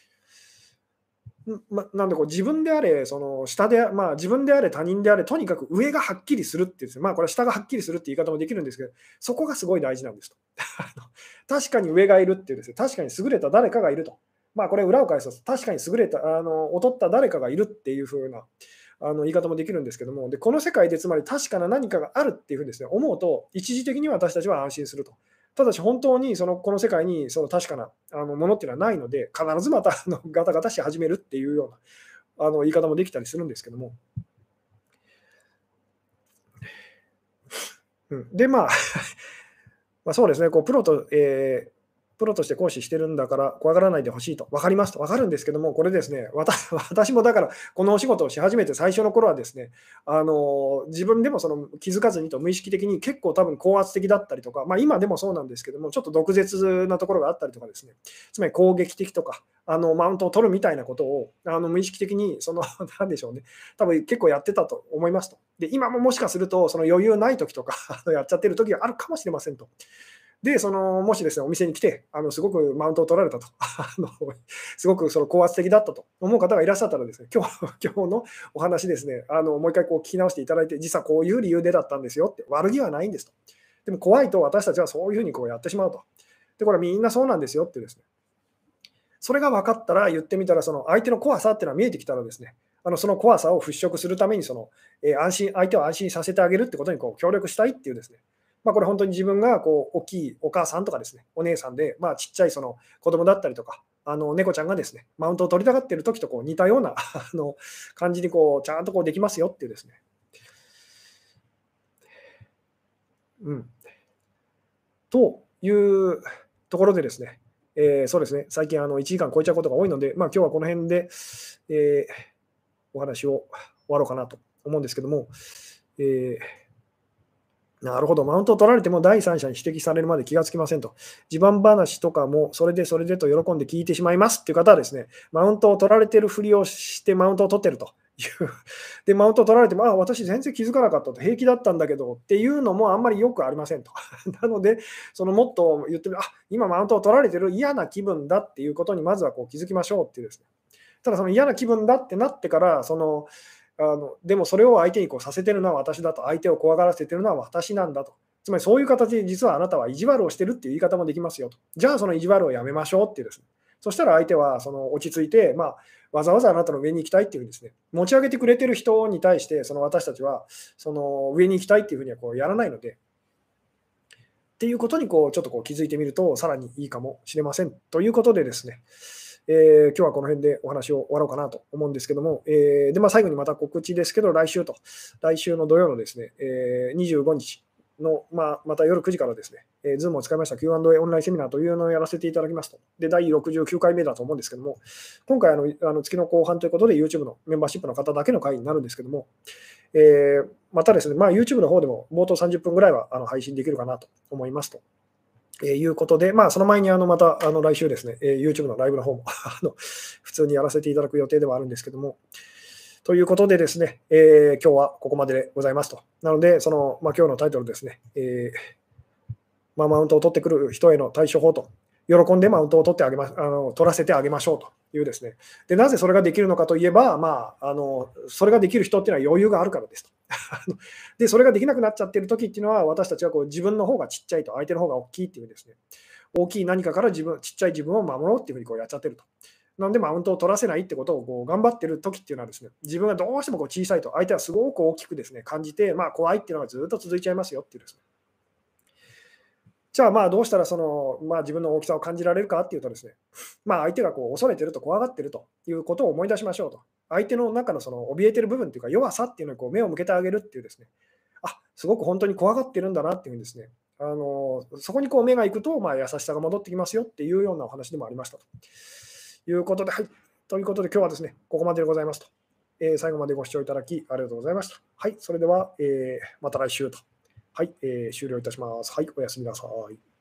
なんでこう自分であれ、その下で、自分であれ他人であれ、とにかく上がはっきりするっていうですね、これは下がはっきりするって言い方もできるんですけど、そこがすごい大事なんですと。確かに上がいるっていうですね、確かに優れた誰かがいると。これ裏を返すと、確かに優れた、劣った誰かがいるっていう風な言い方もできるんですけども、で、この世界でつまり確かな何かがあるっていう風にですね、思うと、一時的に私たちは安心すると。ただし本当にこの世界にその確かなものっていうのはないので、必ずまたガタガタし始めるっていうような言い方もできたりするんですけども。うん、で、 そうですね、プロとして講師してるんだから怖がらないでほしいと、分かりますと、分かるんですけども、これですね、私もだから、このお仕事をし始めて最初の頃はですね、自分でもその気づかずにと無意識的に結構多分高圧的だったりとか、今でもそうなんですけども、ちょっと毒舌なところがあったりとかですね、つまり攻撃的とか、マウントを取るみたいなことを、無意識的になんでしょうね、多分結構やってたと思いますと。で、今ももしかすると、その余裕ない時とかやっちゃってる時があるかもしれませんと。で、もしですね、お店に来て、すごくマウントを取られたと、すごくその高圧的だったと思う方がいらっしゃったらですね、今日のお話ですね、もう一回こう聞き直していただいて、実はこういう理由でだったんですよって、悪気はないんですと。でも怖いと私たちはそういうふうにこうやってしまうと。で、これはみんなそうなんですよってですね。それが分かったら、言ってみたら、その相手の怖さっていうのは見えてきたらですね、その怖さを払拭するために、相手を安心させてあげるってことにこう協力したいっていうですね、これ本当に自分がこう大きいお母さんとかですね、お姉さんで、ちっちゃいその子供だったりとか、猫ちゃんがですね、マウントを取りたがっている時とこう似たような感じにこうちゃんとこうできますよっていうですね。うん。というところでですね、そうですね、最近1時間超えちゃうことが多いので、今日はこの辺で、えーお話を終わろうかなと思うんですけども、えなるほど、マウントを取られても第三者に指摘されるまで気がつきませんと。自慢話とかもそれでそれでと喜んで聞いてしまいますっていう方はですね、マウントを取られてるふりをしてマウントを取ってるという。で、マウントを取られても、私全然気づかなかったと、平気だったんだけどっていうのもあんまりよくありませんと。なので、もっと言ってみる、今マウントを取られてる嫌な気分だっていうことにまずはこう気づきましょうっていうですね。ただその嫌な気分だってなってから、でもそれを相手にこうさせてるのは私だと、相手を怖がらせてるのは私なんだと。つまりそういう形で実はあなたは意地悪をしてるっていう言い方もできますよと。じゃあその意地悪をやめましょうっていうですね。そしたら相手はその落ち着いて、わざわざあなたの上に行きたいっていうふうにですね、持ち上げてくれてる人に対して、その私たちはその上に行きたいっていうふうにはこうやらないので、っていうことにこうちょっとこう気づいてみると、さらにいいかもしれません。ということでですね、今日はこの辺でお話を終わろうかなと思うんですけども、で、最後にまた告知ですけど、来週の土曜のですね、25日の、また夜9時からですね、Zoom を使いました Q&A オンラインセミナーというのをやらせていただきますと。で、第69回目だと思うんですけども、今回月の後半ということで YouTube のメンバーシップの方だけの会になるんですけども、またですね、YouTube の方でも冒頭30分ぐらいは配信できるかなと思いますと。いうことで、その前にまた来週ですね、YouTube のライブの方も普通にやらせていただく予定ではあるんですけども、ということでですね、今日はここまででございますと。なので、今日のタイトルですね、マウントを取ってくる人への対処法と、喜んでマウントを取ってあげま取らせてあげましょうというですね。で、なぜそれができるのかといえば、それができる人っていうのは余裕があるからですと。で、それができなくなっちゃってる時っていうのは、私たちはこう自分の方がちっちゃいと、相手の方が大きいっていうですね、大きい何かからちっちゃい自分を守ろうっていうふうにこうやっちゃってると。なので、マウントを取らせないってことをこう頑張ってる時っていうのはですね、自分がどうしてもこう小さいと、相手はすごく大きくですね、感じて、怖いっていうのがずっと続いちゃいますよっていうですね。じゃあどうしたら自分の大きさを感じられるかっていうとですね、相手がこう恐れてると怖がってるということを思い出しましょうと。相手の中のその怯えてる部分っていうか弱さっていうのにこう目を向けてあげるっていうですね、すごく本当に怖がってるんだなっていうふうにですね、そこにこう目が行くと、優しさが戻ってきますよっていうようなお話でもありましたということで、はい。ということで今日はですね、ここまででございますと。最後までご視聴いただきありがとうございました。はい、それでは、また来週と。はい、終了いたします。はい、おやすみなさい。